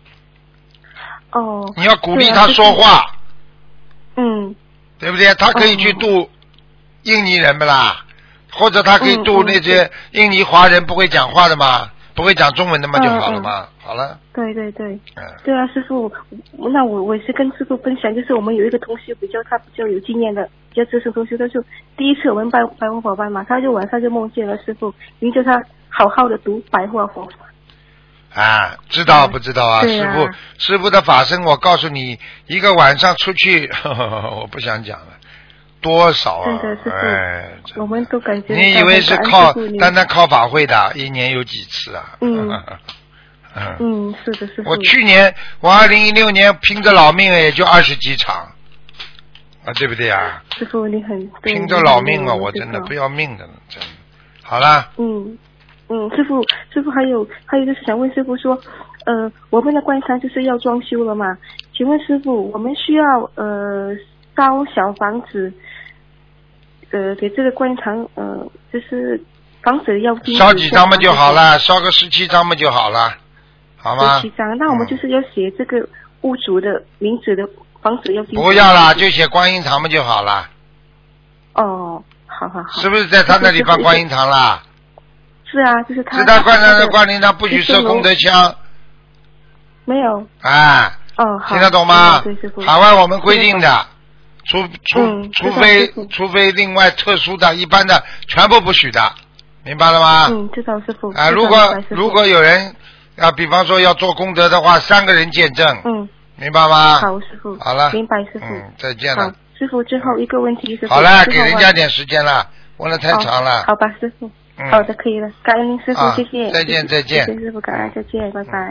哦。 你要鼓励他说话。 嗯。 对不对？他可以去度印尼人不啦？或者他可以度那些印尼华人不会讲话的嘛， 不会讲中文的嘛就好了嘛， 嗯、 好了。 对对对， 嗯， 对啊，师傅，那我我也是跟师傅分享，就是我们有一个同学比较他比较有经验的，比较资深同学，他就第一次我们拜白话佛班嘛，他就晚上就梦见了师傅，您叫他好好的读白话佛法。 啊，知道不知道啊？ 啊师傅，师傅的法身，我告诉你，一个晚上出去，呵呵我不想讲了，多少啊？ 真的师傅， 哎， 我们都感觉你以为是靠单单靠法会的，一年有几次啊？ 嗯嗯, 嗯，是的，师傅。 我去年，我二零一六年拼着老命也就二十几场，啊，对不对啊？ 师傅，你很拼着老命啊！我真的不要命的了，真的。好了。 嗯。嗯，师傅，师傅还有还有就是想问师傅说，呃，我们的观堂就是要装修了嘛？请问师傅，我们需要呃烧小房子，呃给这个观堂呃就是房子要烧几张嘛就好了，烧个十七张嘛就好了，好吗？ 十七张，那我们就是要写这个屋主的名字的房子要进。 不要啦，就写观音堂嘛就好了。 哦，好好好。 是不是在他那里放观音堂啦？ 是啊，就是他。 是他观音堂，观音堂不许设功德箱。 没有。 啊。 哦，好。 听得懂吗？ 对对海外我们规定的，除除、 嗯、 除非除非另外特殊的，一般的全部不许的，明白了吗？ 嗯，知道师傅。 啊，如果如果有人啊，比方说要做功德的话，三个人见证。 嗯。 明白吗？ 好，师傅。 好了。 明白，师傅。 嗯，再见了。 好，师傅，最后一个问题，师傅。 好了，给人家点时间了，问了太长了。 哦、好吧，师傅。 嗯、 好的，可以了，感恩您师傅、啊，谢谢。 再见，再见。 谢谢师傅，感恩，再见，拜拜。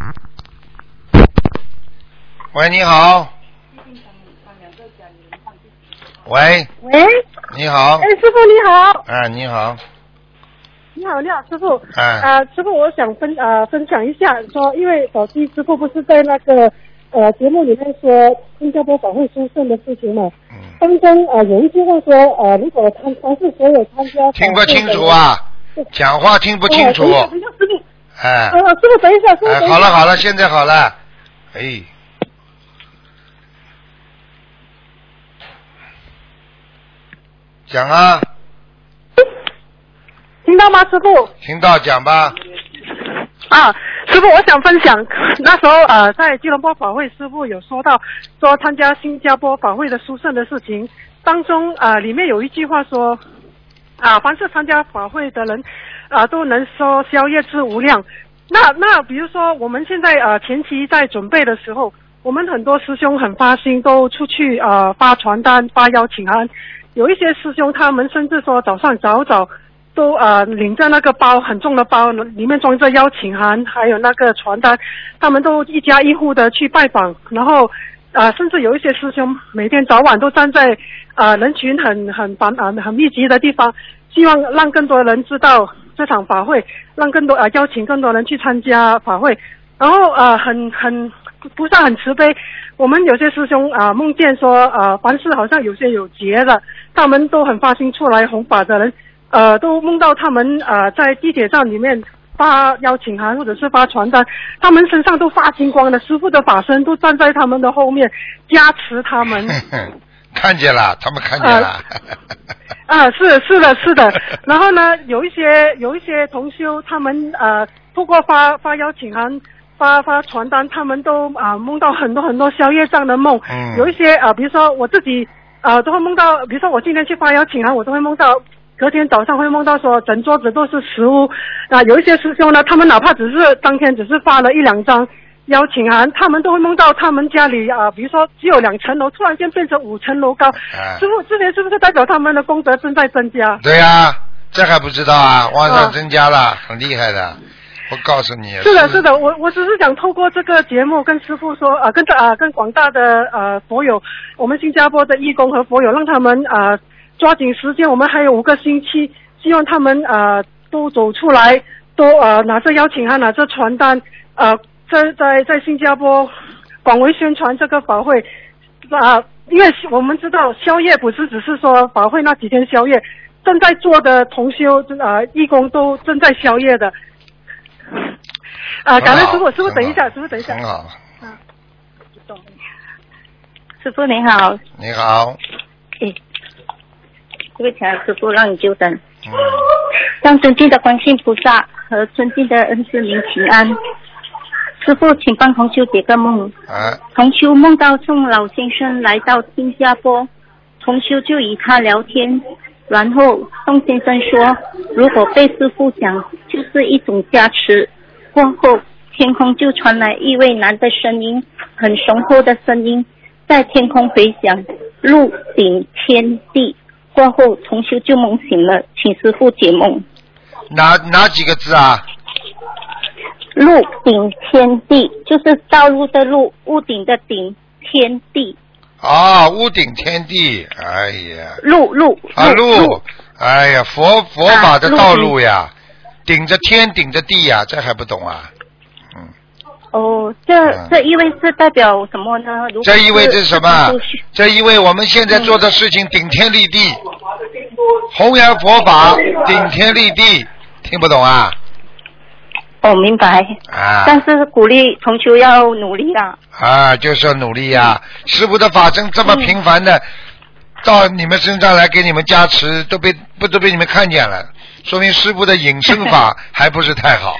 喂，你好。喂。 喂。 你好。 哎，师傅你好。 啊，你好。 你好，你好，师傅。 啊。 呃，师傅，我想分呃分享一下，说因为早期师傅不是在那个呃节目里面说新加坡法会殊胜的事情嘛。嗯。当中呃有一句话说呃如果参凡是所有参加听不清楚啊，讲话听不清楚。 哦、等一下，师傅。 哎。 呃，师傅等一下，师傅。 哎，好了好了，现在好了。哎。讲啊。 听到吗，师傅？ 听到，讲吧。 啊，师傅，我想分享那时候呃，在吉隆坡法会，师傅有说到说参加新加坡法会的殊胜的事情，当中啊、呃，里面有一句话说啊、呃，凡是参加法会的人啊、呃，都能说宵夜之无量。那那比如说我们现在呃前期在准备的时候，我们很多师兄很发心，都出去呃发传单、发邀请函，有一些师兄他们甚至说早上早早。都呃领着那个包很重的包，里面装着邀请函，还有那个传单，他们都一家一户的去拜访，然后呃甚至有一些师兄每天早晚都站在呃人群很很繁啊很密集的地方，希望让更多人知道这场法会，让更多呃邀请更多人去参加法会，然后呃很很菩萨很慈悲，我们有些师兄啊、呃、梦见说呃凡是好像有些有劫的，他们都很发心出来弘法的人。呃，都梦到他们呃在地铁站里面发邀请函或者是发传单，他们身上都发金光的，师父的法身都站在他们的后面加持他们。 看见了，他们看见了。 啊、呃，是是的，是的。然后呢，有一些有一些同修，他们呃透过发发邀请函、发发传单，他们都啊、呃、梦到很多很多宵夜这样的梦。嗯。有一些啊、呃，比如说我自己啊、呃，都会梦到，比如说我今天去发邀请函，我都会梦到。隔天早上会梦到说整桌子都是食物，啊，有一些师兄呢，他们哪怕只是当天只是发了一两张邀请函，他们都会梦到他们家里啊，比如说只有两层楼，突然间变成五层楼高。啊、师傅，这边是不是代表他们的功德正在增加？ 对呀、啊，这还不知道啊，往上增加了，啊、很厉害的。我告诉你。 是的，是的，我我只是想透过这个节目跟师傅说，啊，跟啊跟广大的呃佛友，我们新加坡的义工和佛友，让他们啊。抓紧时间，我们还有五个星期，希望他们呃都走出来，都呃拿着邀请函，拿着传单，呃在在在新加坡广为宣传这个法会啊、呃，因为我们知道宵夜不是只是说法会那几天宵夜，正在做的同修呃义工都正在宵夜的。啊、呃，感恩师傅，师傅等一下，师傅等一下。 很好。 啊， 师傅你好。 你好。 诶。对不起啊，师傅让你久等。 嗯。 让尊敬的观世音菩萨， 和尊敬的恩师您请安。师父，请帮同修解个梦。 啊。 同修梦到宋老先生来到新加坡，同修就与他聊天，然后宋先生说，如果被师父讲，就是一种加持。过后，天空就传来一位男的声音，很雄厚的声音，在天空回响，鹿鼎天地。过后，同修就梦醒了，请师父解梦。 哪哪几个字啊？ 鹿鼎天地，就是道路的路，屋顶的顶，天地。 啊，屋顶天地，哎呀。 路路啊路，哎呀，佛佛法的道路呀，啊、顶着天，顶着地呀，这还不懂啊？嗯。 哦，这这意味是代表什么呢？如果这意味着什么？这意味我们现在做的事情顶天立地，嗯、弘扬佛法，顶天立地，听不懂啊？ 哦，明白。 啊。 但是鼓励同修要努力啊。 啊，就是要努力呀、啊！师父的法身这么频繁的、嗯、到你们身上来给你们加持，都被不都被你们看见了，说明师父的隐身法还不是太好。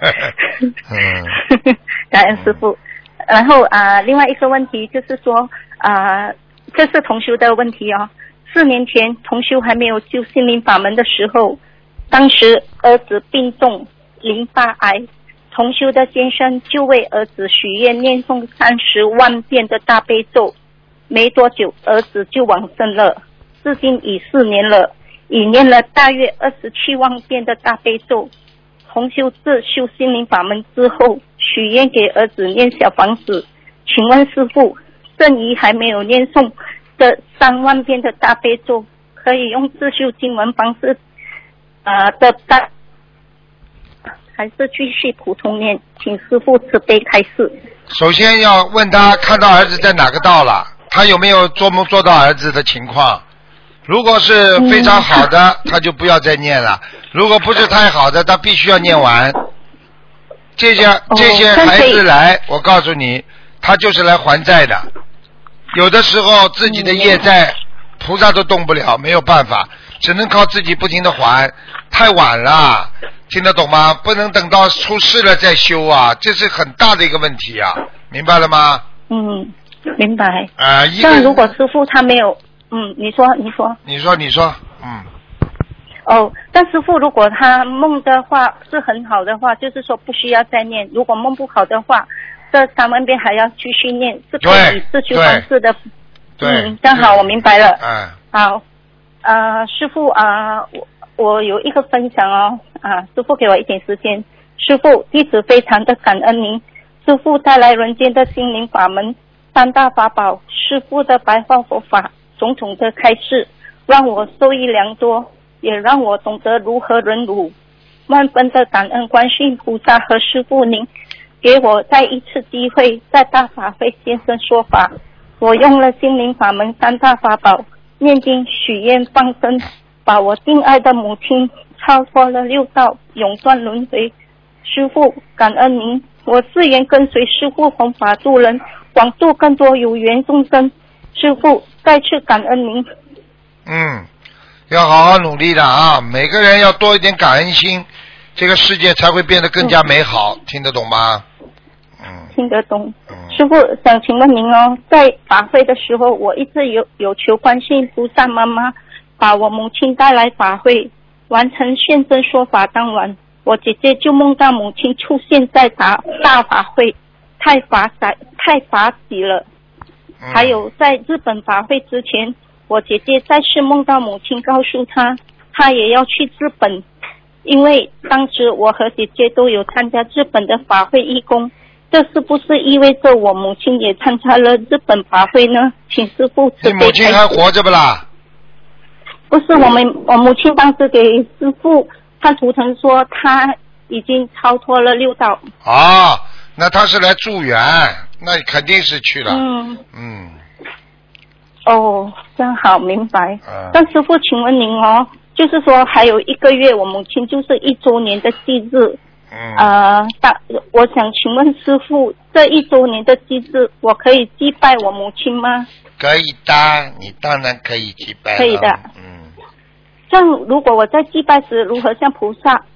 嗯。 感恩师父。然后啊、呃，另外一个问题就是说啊、呃，这是同修的问题哦。四年前同修还没有修心灵法门的时候，当时儿子病重。淋巴癌，同修的先生就为儿子许愿念诵三十万遍的大悲咒，没多久儿子就往生了，至今已四年了，已念了大约二十七万遍的大悲咒。同修自修心灵法门之后，许愿给儿子念小房子，请问师父，正姨还没有念诵这三万遍的大悲咒，可以用自修经文方式呃的大还是继续普通念？请师父慈悲开示。 首先要问他看到儿子在哪个道了，他有没有做梦做到儿子的情况。如果是非常好的、嗯、他就不要再念了，如果不是太好的他必须要念完。这些这些孩子来、哦、我告诉你，他就是来还债的，有的时候自己的业债、嗯、菩萨都动不了，没有办法，只能靠自己不停的还，太晚了，听得懂吗？不能等到出事了再修啊，这是很大的一个问题啊，明白了吗？ 嗯，明白。 啊、呃， 但如果师父他没有，嗯，你说，你说， 你说，你说，嗯。 哦，但师父如果他梦的话是很好的话，就是说不需要再念；如果梦不好的话，这三万遍还要继续念，是可以自修方式的。 对。 嗯，正好我明白了。 嗯。 好，呃，师父啊、呃，我。我有一个分享哦，啊，师父给我一点时间。师父，弟子非常的感恩您，师父带来人间的心灵法门，三大法宝，师父的白话佛法，种种的开示，让我受益良多，也让我懂得如何忍辱。万分的感恩观世音菩萨和师父您，给我再一次机会在大法会现身说法。我用了心灵法门三大法宝，念经、许愿、放生，把我敬爱的母亲超脱了六道，永断轮回。师父，感恩您，我誓言跟随师父弘法度人，广度更多有缘众生。师父，再次感恩您。 嗯，要好好努力的啊！每个人要多一点感恩心，这个世界才会变得更加美好。嗯、听得懂吗？嗯， 听得懂。嗯、师父，想请问您哦，在法会的时候，我一直有有求观世音菩萨妈妈把我母亲带来法会，完成现身说法当晚，我姐姐就梦到母亲出现在大大法会，太法喜太法喜了。嗯、还有在日本法会之前，我姐姐再次梦到母亲告诉她，她也要去日本，因为当时我和姐姐都有参加日本的法会义工，这是不是意味着我母亲也参加了日本法会呢？请师父慈悲开示。 你母亲还活着不啦？ 不是，我们我母亲当时给师父看图腾说她已经超脱了六道。 啊，那她是来助缘，那肯定是去了。 嗯嗯。 哦，真好，明白。 嗯。 但师父，请问您哦，就是说还有一个月，我母亲就是一周年的忌日。 嗯。 呃，大，我想请问师父，这一周年的忌日，我可以祭拜我母亲吗？ 可以的，你当然可以祭拜了。 可以的。 嗯。 像如果我在祭拜时，如何向菩萨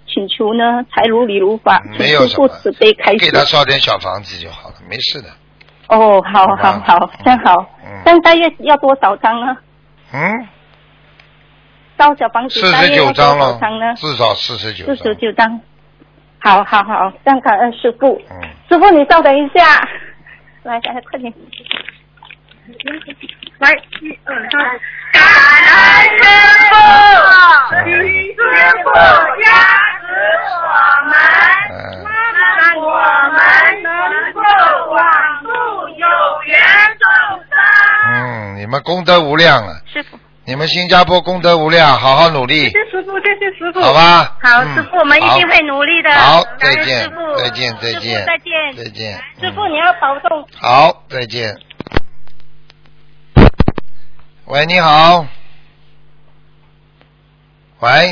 请求呢？才如理如法， 没有什么， 慈悲开始， 给他烧点小房子就好了，没事的。 哦，好好好，这样好。嗯。这样大约要多少张呢？ 嗯。 烧小房子大约要多少张呢？ 至少四十九。 四十九张。好好好，这样感恩师父。嗯。师父，你稍等一下。来，来，快点。来，一二三。感恩师父，请师父加持我们，让我们能够广度有缘众生。 嗯，你们功德无量啊！ 师父， 你们新加坡功德无量，好好努力。 谢谢师父，谢谢师父。 好吧。 好，师父，我们一定会努力的。 好，再见，再见，再见， 再见， 再见。 师父，你要保重。 好，再见。喂，你好。喂。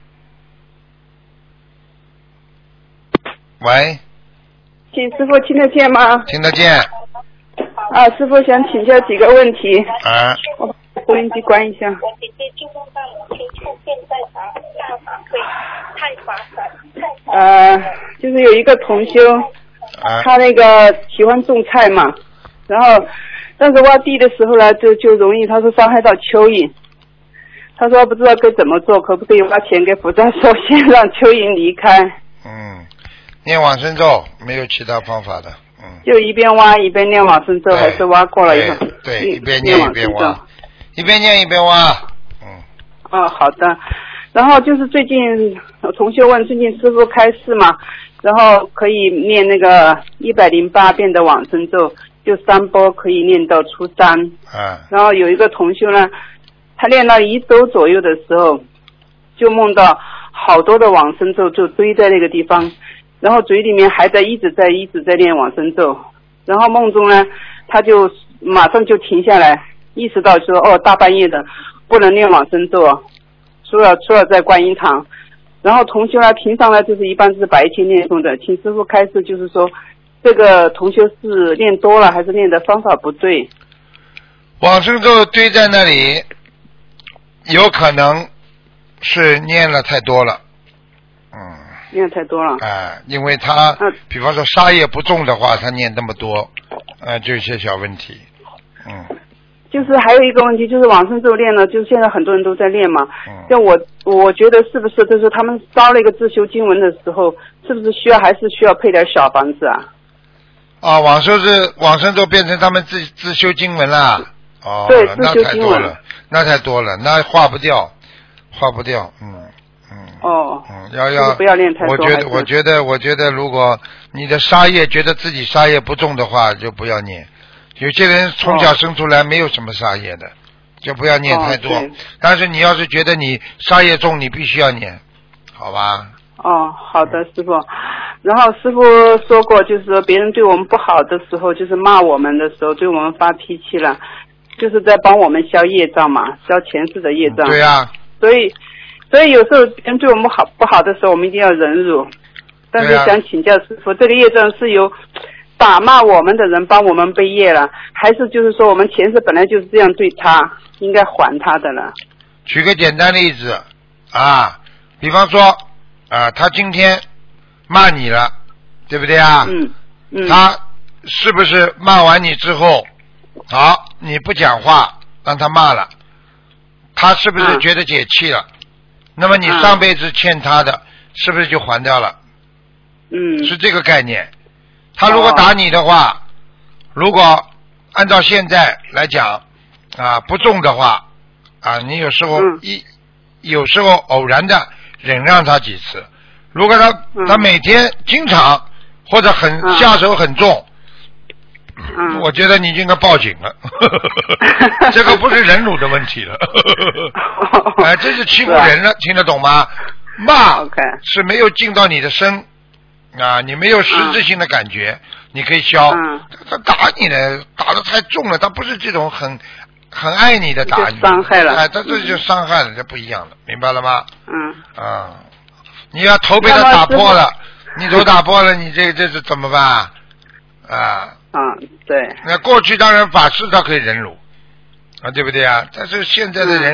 喂。 请师父听得见吗？ 听得见。 啊，师父想请教几个问题。 啊。 我把收音机关一下。 我姐姐就梦到你听出现在大大法会太法闪太。 呃，就是有一个同修， 啊、 他那个喜欢种菜嘛，然后但是挖地的时候呢，就就容易他说伤害到蚯蚓。他说不知道该怎么做，可不可以花钱给菩萨说先让蚯蚓离开？ 嗯，念往生咒，没有其他方法的。嗯， 就一边挖一边念往生咒，还是挖过了以后？ 对，对一边念一边挖，一边念一边挖。嗯。 哦，好的。然后就是最近同学问，最近师父开示嘛，然后可以念那个一百零八遍的往生咒，就三波可以念到初三。 嗯。 然后有一个同学呢，他练到一周左右的时候，就梦到好多的往生咒就堆在那个地方，然后嘴里面还在一直在一直在念往生咒，然后梦中呢，他就马上就停下来，意识到说哦，大半夜的不能念往生咒，除了除了在观音堂。然后同修呢，平常呢就是一般是白天念诵的，请师父开示，就是说这个同修是念多了还是念的方法不对？ 往生咒堆在那里，有可能是念了太多了，嗯， 念太多了， 哎、呃，因为他、嗯，比方说杀业不重的话，他念那么多，呃，就有些小问题，嗯。 就是还有一个问题，就是往生咒练呢，就是现在很多人都在练嘛。嗯。像我，我觉得是不是就是他们烧了一个自修经文的时候，是不是需要还是需要配点小房子啊？ 啊，往生是往生咒变成他们自自修经文了。哦。 对，自修经文。 那太多了，那化不掉，化不掉，嗯嗯。 哦。 嗯，要要不要练太多。 我觉得，我觉得，我觉得，如果你的杀业觉得自己杀业不重的话，就不要念。有些人从小生出来没有什么杀业的，哦、就不要念太多、哦。但是你要是觉得你杀业重，你必须要念，好吧？ 哦，好的，师傅。然后师傅说过，就是说别人对我们不好的时候，就是骂我们的时候，对我们发脾气了，就是在帮我们消业障嘛，消前世的业障。 对呀、啊。 所以，所以有时候别人对我们好不好的时候，我们一定要忍辱。但是想请教师傅，啊、这个业障是由打骂我们的人帮我们背业了，还是就是说我们前世本来就是这样对他，应该还他的了？ 举个简单例子啊，比方说啊，他今天骂你了，对不对啊？ 嗯嗯。 他是不是骂完你之后，好，你不讲话，让他骂了，他是不是觉得解气了？啊、那么你上辈子欠他的，是不是就还掉了？ 嗯。 是这个概念。他如果打你的话、哦，如果按照现在来讲啊不重的话啊，你有时候一、嗯、有时候偶然的忍让他几次。如果他、嗯、他每天经常或者很、嗯、下手很重、嗯，我觉得你就应该报警了。这个不是忍辱的问题了，哎，这是欺负人了，听得懂吗？骂是没有进到你的身。啊，你没有实质性的感觉，嗯、你可以消。 嗯、 他打你呢，打得太重了，他不是这种很很爱你的打你， 伤害了。 哎，他这就伤害了，这不一样的，明白了吗？ 嗯。 啊，你要头被他打破了，你头打破了，你这这是怎么办？啊。 嗯，对。 那过去当然法师他可以忍辱，啊，对不对啊？但是现在的人，嗯、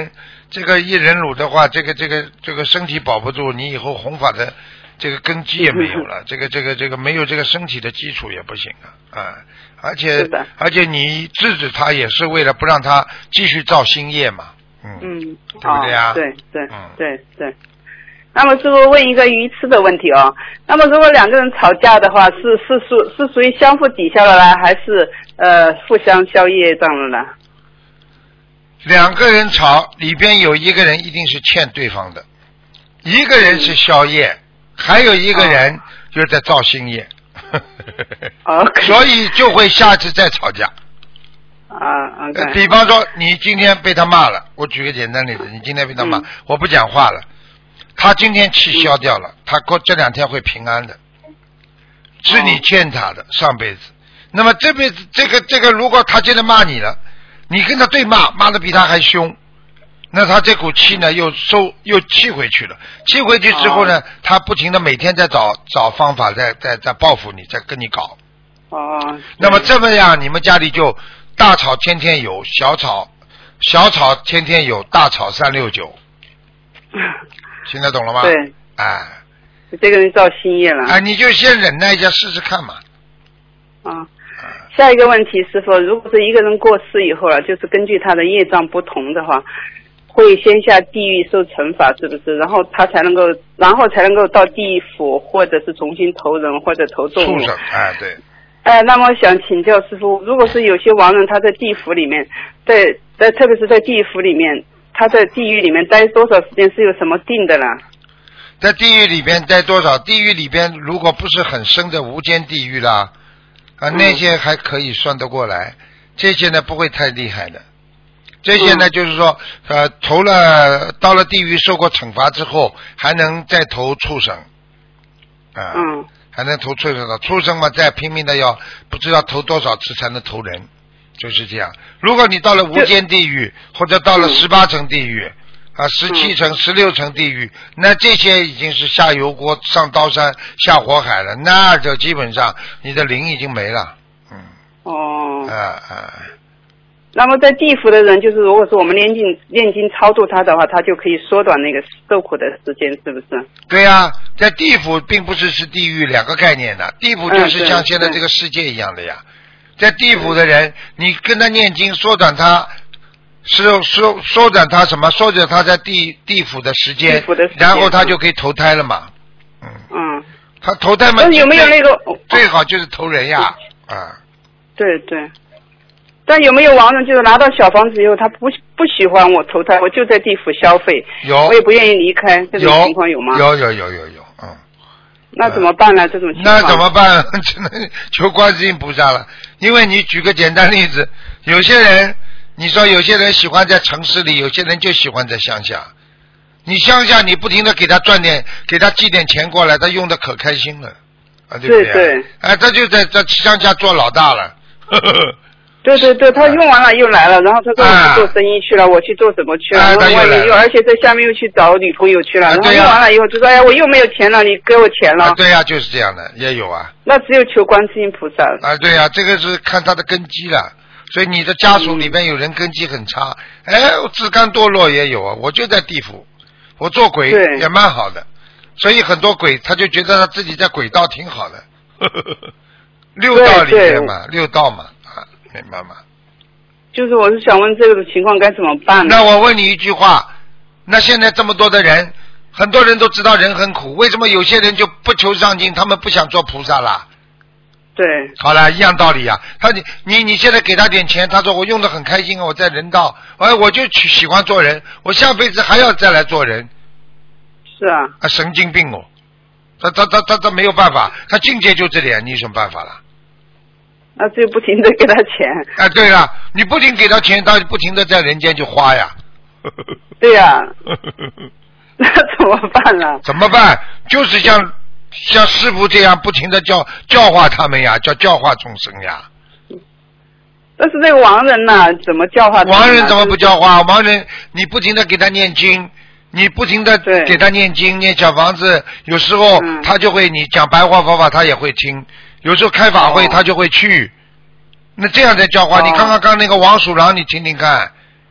这个一忍辱的话，这个这个这个身体保不住，你以后弘法的这个根基也没有了，这个这个这个没有这个身体的基础也不行啊啊！而且而且你制止他也是为了不让他继续造新业嘛，嗯， 嗯， 对不对啊？ 哦、对对， 嗯， 对对。那么师傅问一个愚痴的问题哦，那么如果两个人吵架的话，是是属是属于相互抵消的呢，还是呃互相消业障了呢？ 两个人吵，里边有一个人一定是欠对方的，一个人是消业，还有一个人就在造新业， 哦、 所以就会下次再吵架。 啊 ，OK。 比方说，你今天被他骂了，我举个简单例子，你今天被他骂，嗯、我不讲话了，他今天气消掉了，嗯、他过这两天会平安的，是你欠他的、哦、上辈子。那么这辈子这个这个，如果他现在骂你了。你跟他对骂，骂得比他还凶，那他这股气呢又收又气回去了，气回去之后呢，哦、他不停的每天在找找方法，在在在报复你，在跟你搞。 哦。 那么这么样，你们家里就大吵天天有，小吵小吵天天有，大吵三六九。听得懂了吗？ 对。 哎。 这个人造新业了。 哎，你就先忍耐一下，试试看嘛。 啊。下一个问题，师傅，如果是一个人过世以后了，就是根据他的业障不同的话，会先下地狱受惩罚，是不是？然后他才能够，然后才能够到地府，或者是重新投人，或者投动物。 畜生，哎，对。 呃，那么想请教师傅，如果是有些亡人他在地府里面，在在特别是在地府里面，他在地狱里面待多少时间是有什么定的呢？ 在地狱里边待多少？地狱里边如果不是很深的无间地狱啦。啊，那些还可以算得过来，嗯、这些呢不会太厉害的。这些呢，嗯、就是说，呃，投了到了地狱受过惩罚之后，还能再投畜生，啊， 嗯， 还能投畜生的。畜生嘛，再拼命的要不知道投多少次才能投人，就是这样。如果你到了无间地狱，或者到了十八层地狱。啊，十七层、十六层地狱，那这些已经是下油锅、上刀山、下火海了，那就基本上你的灵已经没了。嗯。 哦。 啊啊。 那么在地府的人，就是如果是我们念经念经超度他的话，他就可以缩短那个受苦的时间，是不是？ 对呀、啊，在地府并不是是地狱两个概念的，地府就是像现在这个世界一样的呀。嗯、在地府的人，你跟他念经，缩短他。是缩缩短他什么？缩短他在地地府的时间，然后他就可以投胎了嘛。嗯。嗯。他投胎嘛？ 有没有那个最好就是投人呀？啊。 对对。但有没有亡人就是拿到小房子以后，他不不喜欢我投胎，我就在地府消费， 有， 我也不愿意离开，这种情况有吗？ 有有有有有，嗯。 那怎么办呢？这种情况？ 那怎么办？只能求观世音菩萨了。因为你举个简单例子，有些人。你说有些人喜欢在城市里，有些人就喜欢在乡下。你乡下你不停的给他赚点，给他寄点钱过来，他用的可开心了，啊，对不对？ 对对。 哎，他就在在乡下做老大了。呵呵对对对，他用完了又来了，然后他说我去做生意去了，啊、我去做什么去了，然后外面又而且在下面又去找女朋友去了， 啊、 然后用完了以后就说哎呀我又没有钱了，你给我钱了。 啊、对呀、啊，就是这样的，也有啊。 那只有求观世音菩萨。 啊，对呀、啊，这个是看他的根基了。所以你的家属里面有人根基很差，嗯、哎，自甘堕落也有啊。我就在地府，我做鬼也蛮好的，所以很多鬼他就觉得他自己在鬼道挺好的，呵呵呵六道里面嘛，六道嘛，啊，明白吗？ 就是我是想问这个情况该怎么办呢？ 那我问你一句话，那现在这么多的人，很多人都知道人很苦，为什么有些人就不求上进，他们不想做菩萨啦？ 对， 好了，一样道理啊。他你你你现在给他点钱，他说我用的很开心啊，我在人道，哎，我就喜欢做人，我下辈子还要再来做人。 是啊。 啊，神经病哦！他他他他他没有办法，他境界就这点，你有什么办法了？ 啊，就不停的给他钱。 啊，对了，你不停给他钱，他不停的在人间就花呀。 对呀、啊。那怎么办呢？ 怎么办？就是像。像师父这样不停的教教化他们呀，叫教化众生呀。 但是那个亡人呢、啊，怎么教化他们？ 亡人怎么不教化？亡人你不停的给他念经，你不停的给他念经念小房子，有时候他就会、嗯、你讲白话佛法他也会听，有时候开法会他就会去。哦、那这样在教化，哦、你看看刚那个王鼠狼，你听听看，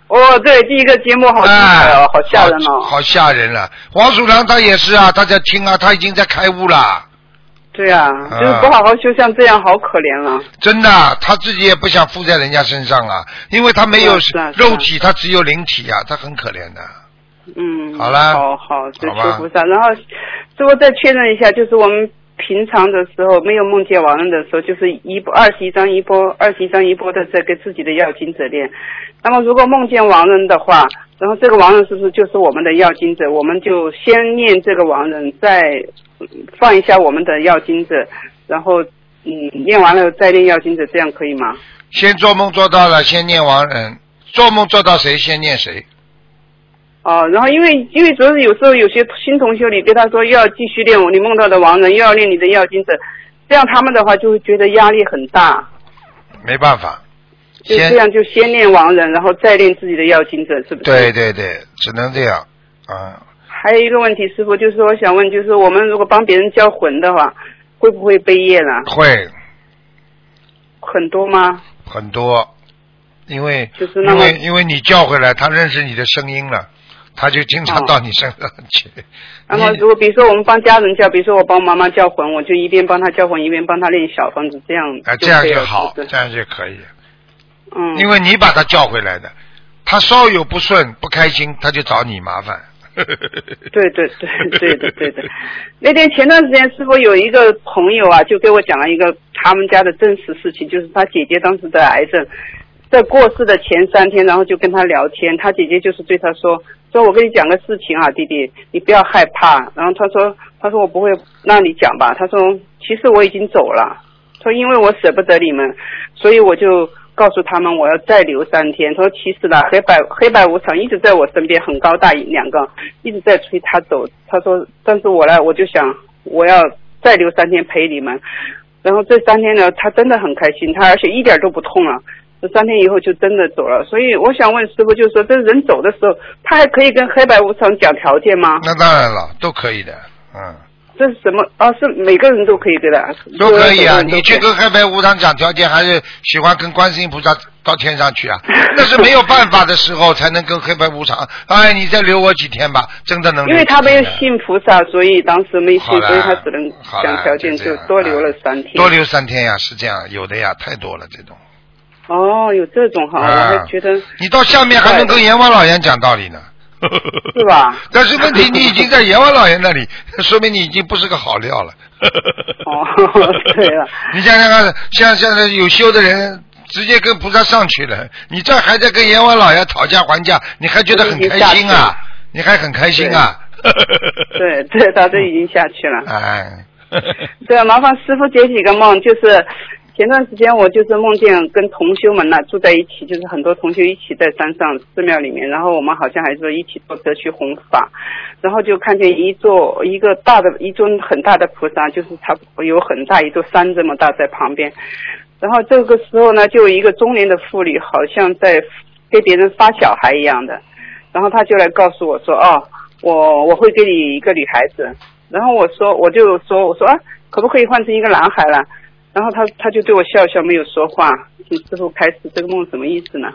哦，对，第一个节目好精彩哦，好吓人哦， 好吓人了。黄鼠狼他也是啊，他在听啊，他已经在开悟了。 对啊，就是不好好修，像这样好可怜了。 真的，他自己也不想附在人家身上啊，因为他没有肉体，他只有灵体啊，他很可怜的。 嗯， 好了， 好好，这求菩萨。然后最后再确认一下，就是我们平常的时候没有梦见亡人的时候，就是一波二十一张一波二十一张一波的在给自己的要经者练。那么如果梦见亡人的话，然后这个亡人是不是就是我们的要经者？我们就先念这个亡人，再放一下我们的要经者，然后嗯念完了再念要经者，这样可以吗？ 先做梦做到了，先念亡人，做梦做到谁先念谁。 哦，然后因为因为主要是有时候有些新同修，你跟他说又要继续练你梦到的亡人，又要练你的要经者，这样他们的话就会觉得压力很大。 没办法， 就这样就先练亡人，然后再练自己的要经者，是不是？ 对对对，只能这样啊。 还有一个问题，师父，就是我想问，就是我们如果帮别人叫魂的话，会不会背业呢？ 会。 很多吗？ 很多，因为就是那么因为因为你叫回来，他认识你的声音了。他就经常到你身上去。 然后，如果比如说我们帮家人叫，比如说我帮妈妈叫魂，我就一边帮她叫魂，一边帮她练小房子，这样啊，这样就好，这样就可以。 嗯。 因为你把他叫回来的，他稍有不顺、不开心，他就找你麻烦。 对对对对的对的。那天前段时间，师父有一个朋友啊，就给我讲了一个他们家的真实事情，就是他姐姐当时得癌症。在过世的前三天，然后就跟他聊天，他姐姐就是对他说说我跟你讲个事情啊，弟弟，你不要害怕。然后他说他说我不会让你讲吧，他说其实我已经走了，说因为我舍不得你们，所以我就告诉他们我要再留三天。他说其实呢，黑白黑白无常一直在我身边，很高大两个一直在催他走。他说但是我呢，我就想我要再留三天陪你们。然后这三天呢，他真的很开心，他而且一点都不痛了。这三天以后就真的走了，所以我想问师父，就是说这人走的时候，他还可以跟黑白无常讲条件吗？ 那当然了，都可以的，嗯。 这是什么？哦，是每个人都可以跟的。 都可以啊，你去跟黑白无常讲条件，还是喜欢跟观世音菩萨到天上去啊？那是没有办法的时候才能跟黑白无常。哎，你再留我几天吧，真的能留。 因为他没有信菩萨，所以当时没信，所以他只能讲条件，就多留了三天。 多留三天呀，是这样，有的呀，太多了这种。 哦，有这种哈， 啊、 我还觉得你到下面还能跟阎王老爷讲道理呢， 是吧？ 但是问题你已经在阎王老爷那里，说明你已经不是个好料了。 哦，对了， 你想想看，像现在有修的人直接跟菩萨上去了，你这还在跟阎王老爷讨价还价，你还觉得很开心啊？你还很开心啊？ 对对，他都已经下去了。 哎， 对，麻烦师父解几个梦，就是。前段时间我就是梦见跟同修们呢住在一起，就是很多同修一起在山上寺庙里面，然后我们好像还是一起做德去弘法，然后就看见一座一个大的一尊很大的菩萨，就是差不多有很大一座山这么大在旁边，然后这个时候呢就有一个中年的妇女好像在给别人发小孩一样的，然后他就来告诉我说哦我我会给你一个女孩子，然后我说我就说我说啊可不可以换成一个男孩了，然后他他就对我笑笑没有说话，请师父开始这个梦什么意思呢？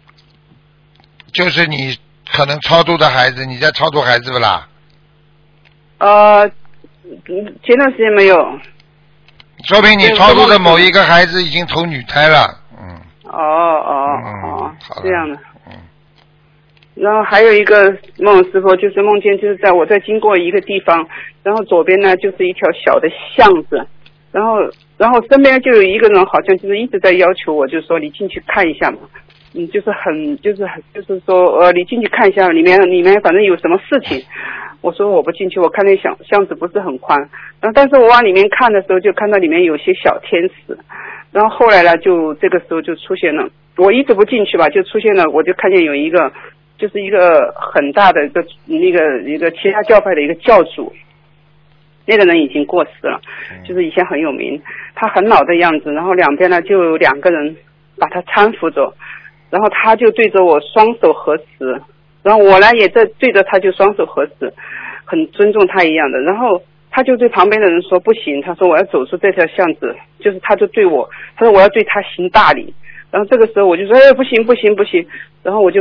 就是你可能超度的孩子，你在超度孩子不啦？ 呃，前段时间没有。 说明你超度的某一个孩子已经投女胎了，嗯。 哦哦哦， 嗯、 这样的。嗯。然后还有一个梦，师父就是梦见就是在我在经过一个地方，然后左边呢就是一条小的巷子。然后，然后身边就有一个人，好像就是一直在要求我，就说你进去看一下嘛，嗯，就是很，就是很，就是说，呃，你进去看一下，里面里面反正有什么事情。我说我不进去，我看那巷巷子不是很宽。然后，但是我往里面看的时候，就看到里面有些小天使。然后后来呢，就这个时候就出现了，我一直不进去吧，就出现了，我就看见有一个，就是一个很大的一个那个一个其他教派的一个教主。那个人已经过世了，就是以前很有名，他很老的样子，然后两边呢就有两个人把他搀扶着，然后他就对着我双手合十，然后我呢也在对着他就双手合十，很尊重他一样的，然后他就对旁边的人说不行，他说我要走出这条巷子，就是他就对我，他说我要对他行大礼，然后这个时候我就说哎不行不行不行，然后我就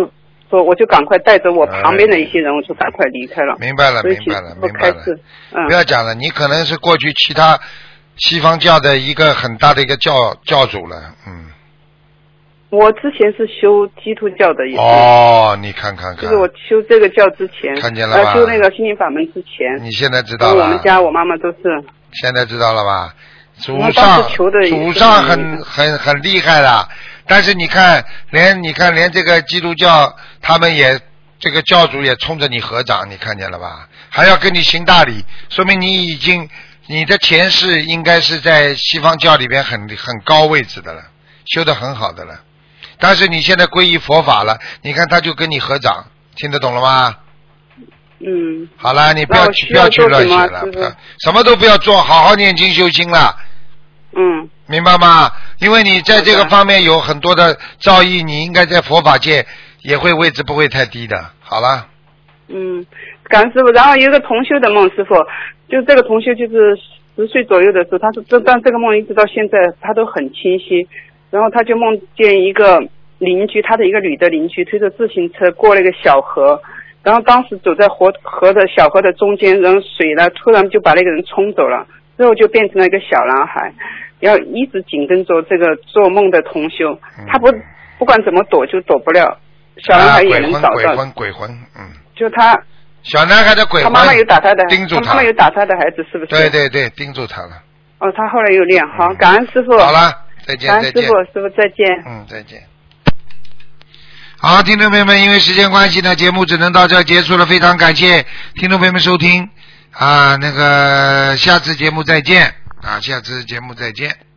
说我就赶快带着我旁边的一些人，我就赶快离开了。 明白了，明白了，明白了。嗯，不要讲了，你可能是过去其他西方教的一个很大的一个教教主了，嗯。 我之前是修基督教的，也是。 哦，你看看看。 就是我修这个教之前， 看见了吧？ 呃，修那个心灵法门之前。 你现在知道了。 我们家我妈妈都是。 现在知道了吧？祖上祖上很很很厉害的，但是你看，连你看连这个基督教他们也这个教主也冲着你合掌，你看见了吧？还要跟你行大礼，说明你已经你的前世应该是在西方教里边很很高位置的了，修得很好的了。但是你现在皈依佛法了，你看他就跟你合掌，听得懂了吗？ 嗯。 好了，你不要去不要去乱写了，什么都不要做，好好念经修心了。 嗯。 明白吗？因为你在这个方面有很多的造诣，你应该在佛法界也会位置不会太低的。好了。 嗯，感恩师傅。然后有一个同修的梦，师傅，就这个同修就是十岁左右的时候，他说这但这个梦一直到现在他都很清晰。然后他就梦见一个邻居，他的一个女的邻居推着自行车过了一个小河，然后当时走在河河的小河的中间，然后水呢突然就把那个人冲走了，之后就变成了一个小男孩，然后一直紧跟着这个做梦的同修，他不不管怎么躲就躲不了，小男孩也能找到。 鬼魂鬼魂，嗯。 就他。 小男孩的鬼魂。 他妈妈有打他的， 盯住他。 他妈妈有打他的孩子，是不是？ 对对对，盯住他了。 哦，他后来有练，好，感恩师傅。 好了。再见，再见， 师傅，师傅再见。 嗯，再见。好，听众朋友们，因为时间关系呢，节目只能到这结束了。非常感谢听众朋友们收听啊，那个下次节目再见啊，下次节目再见。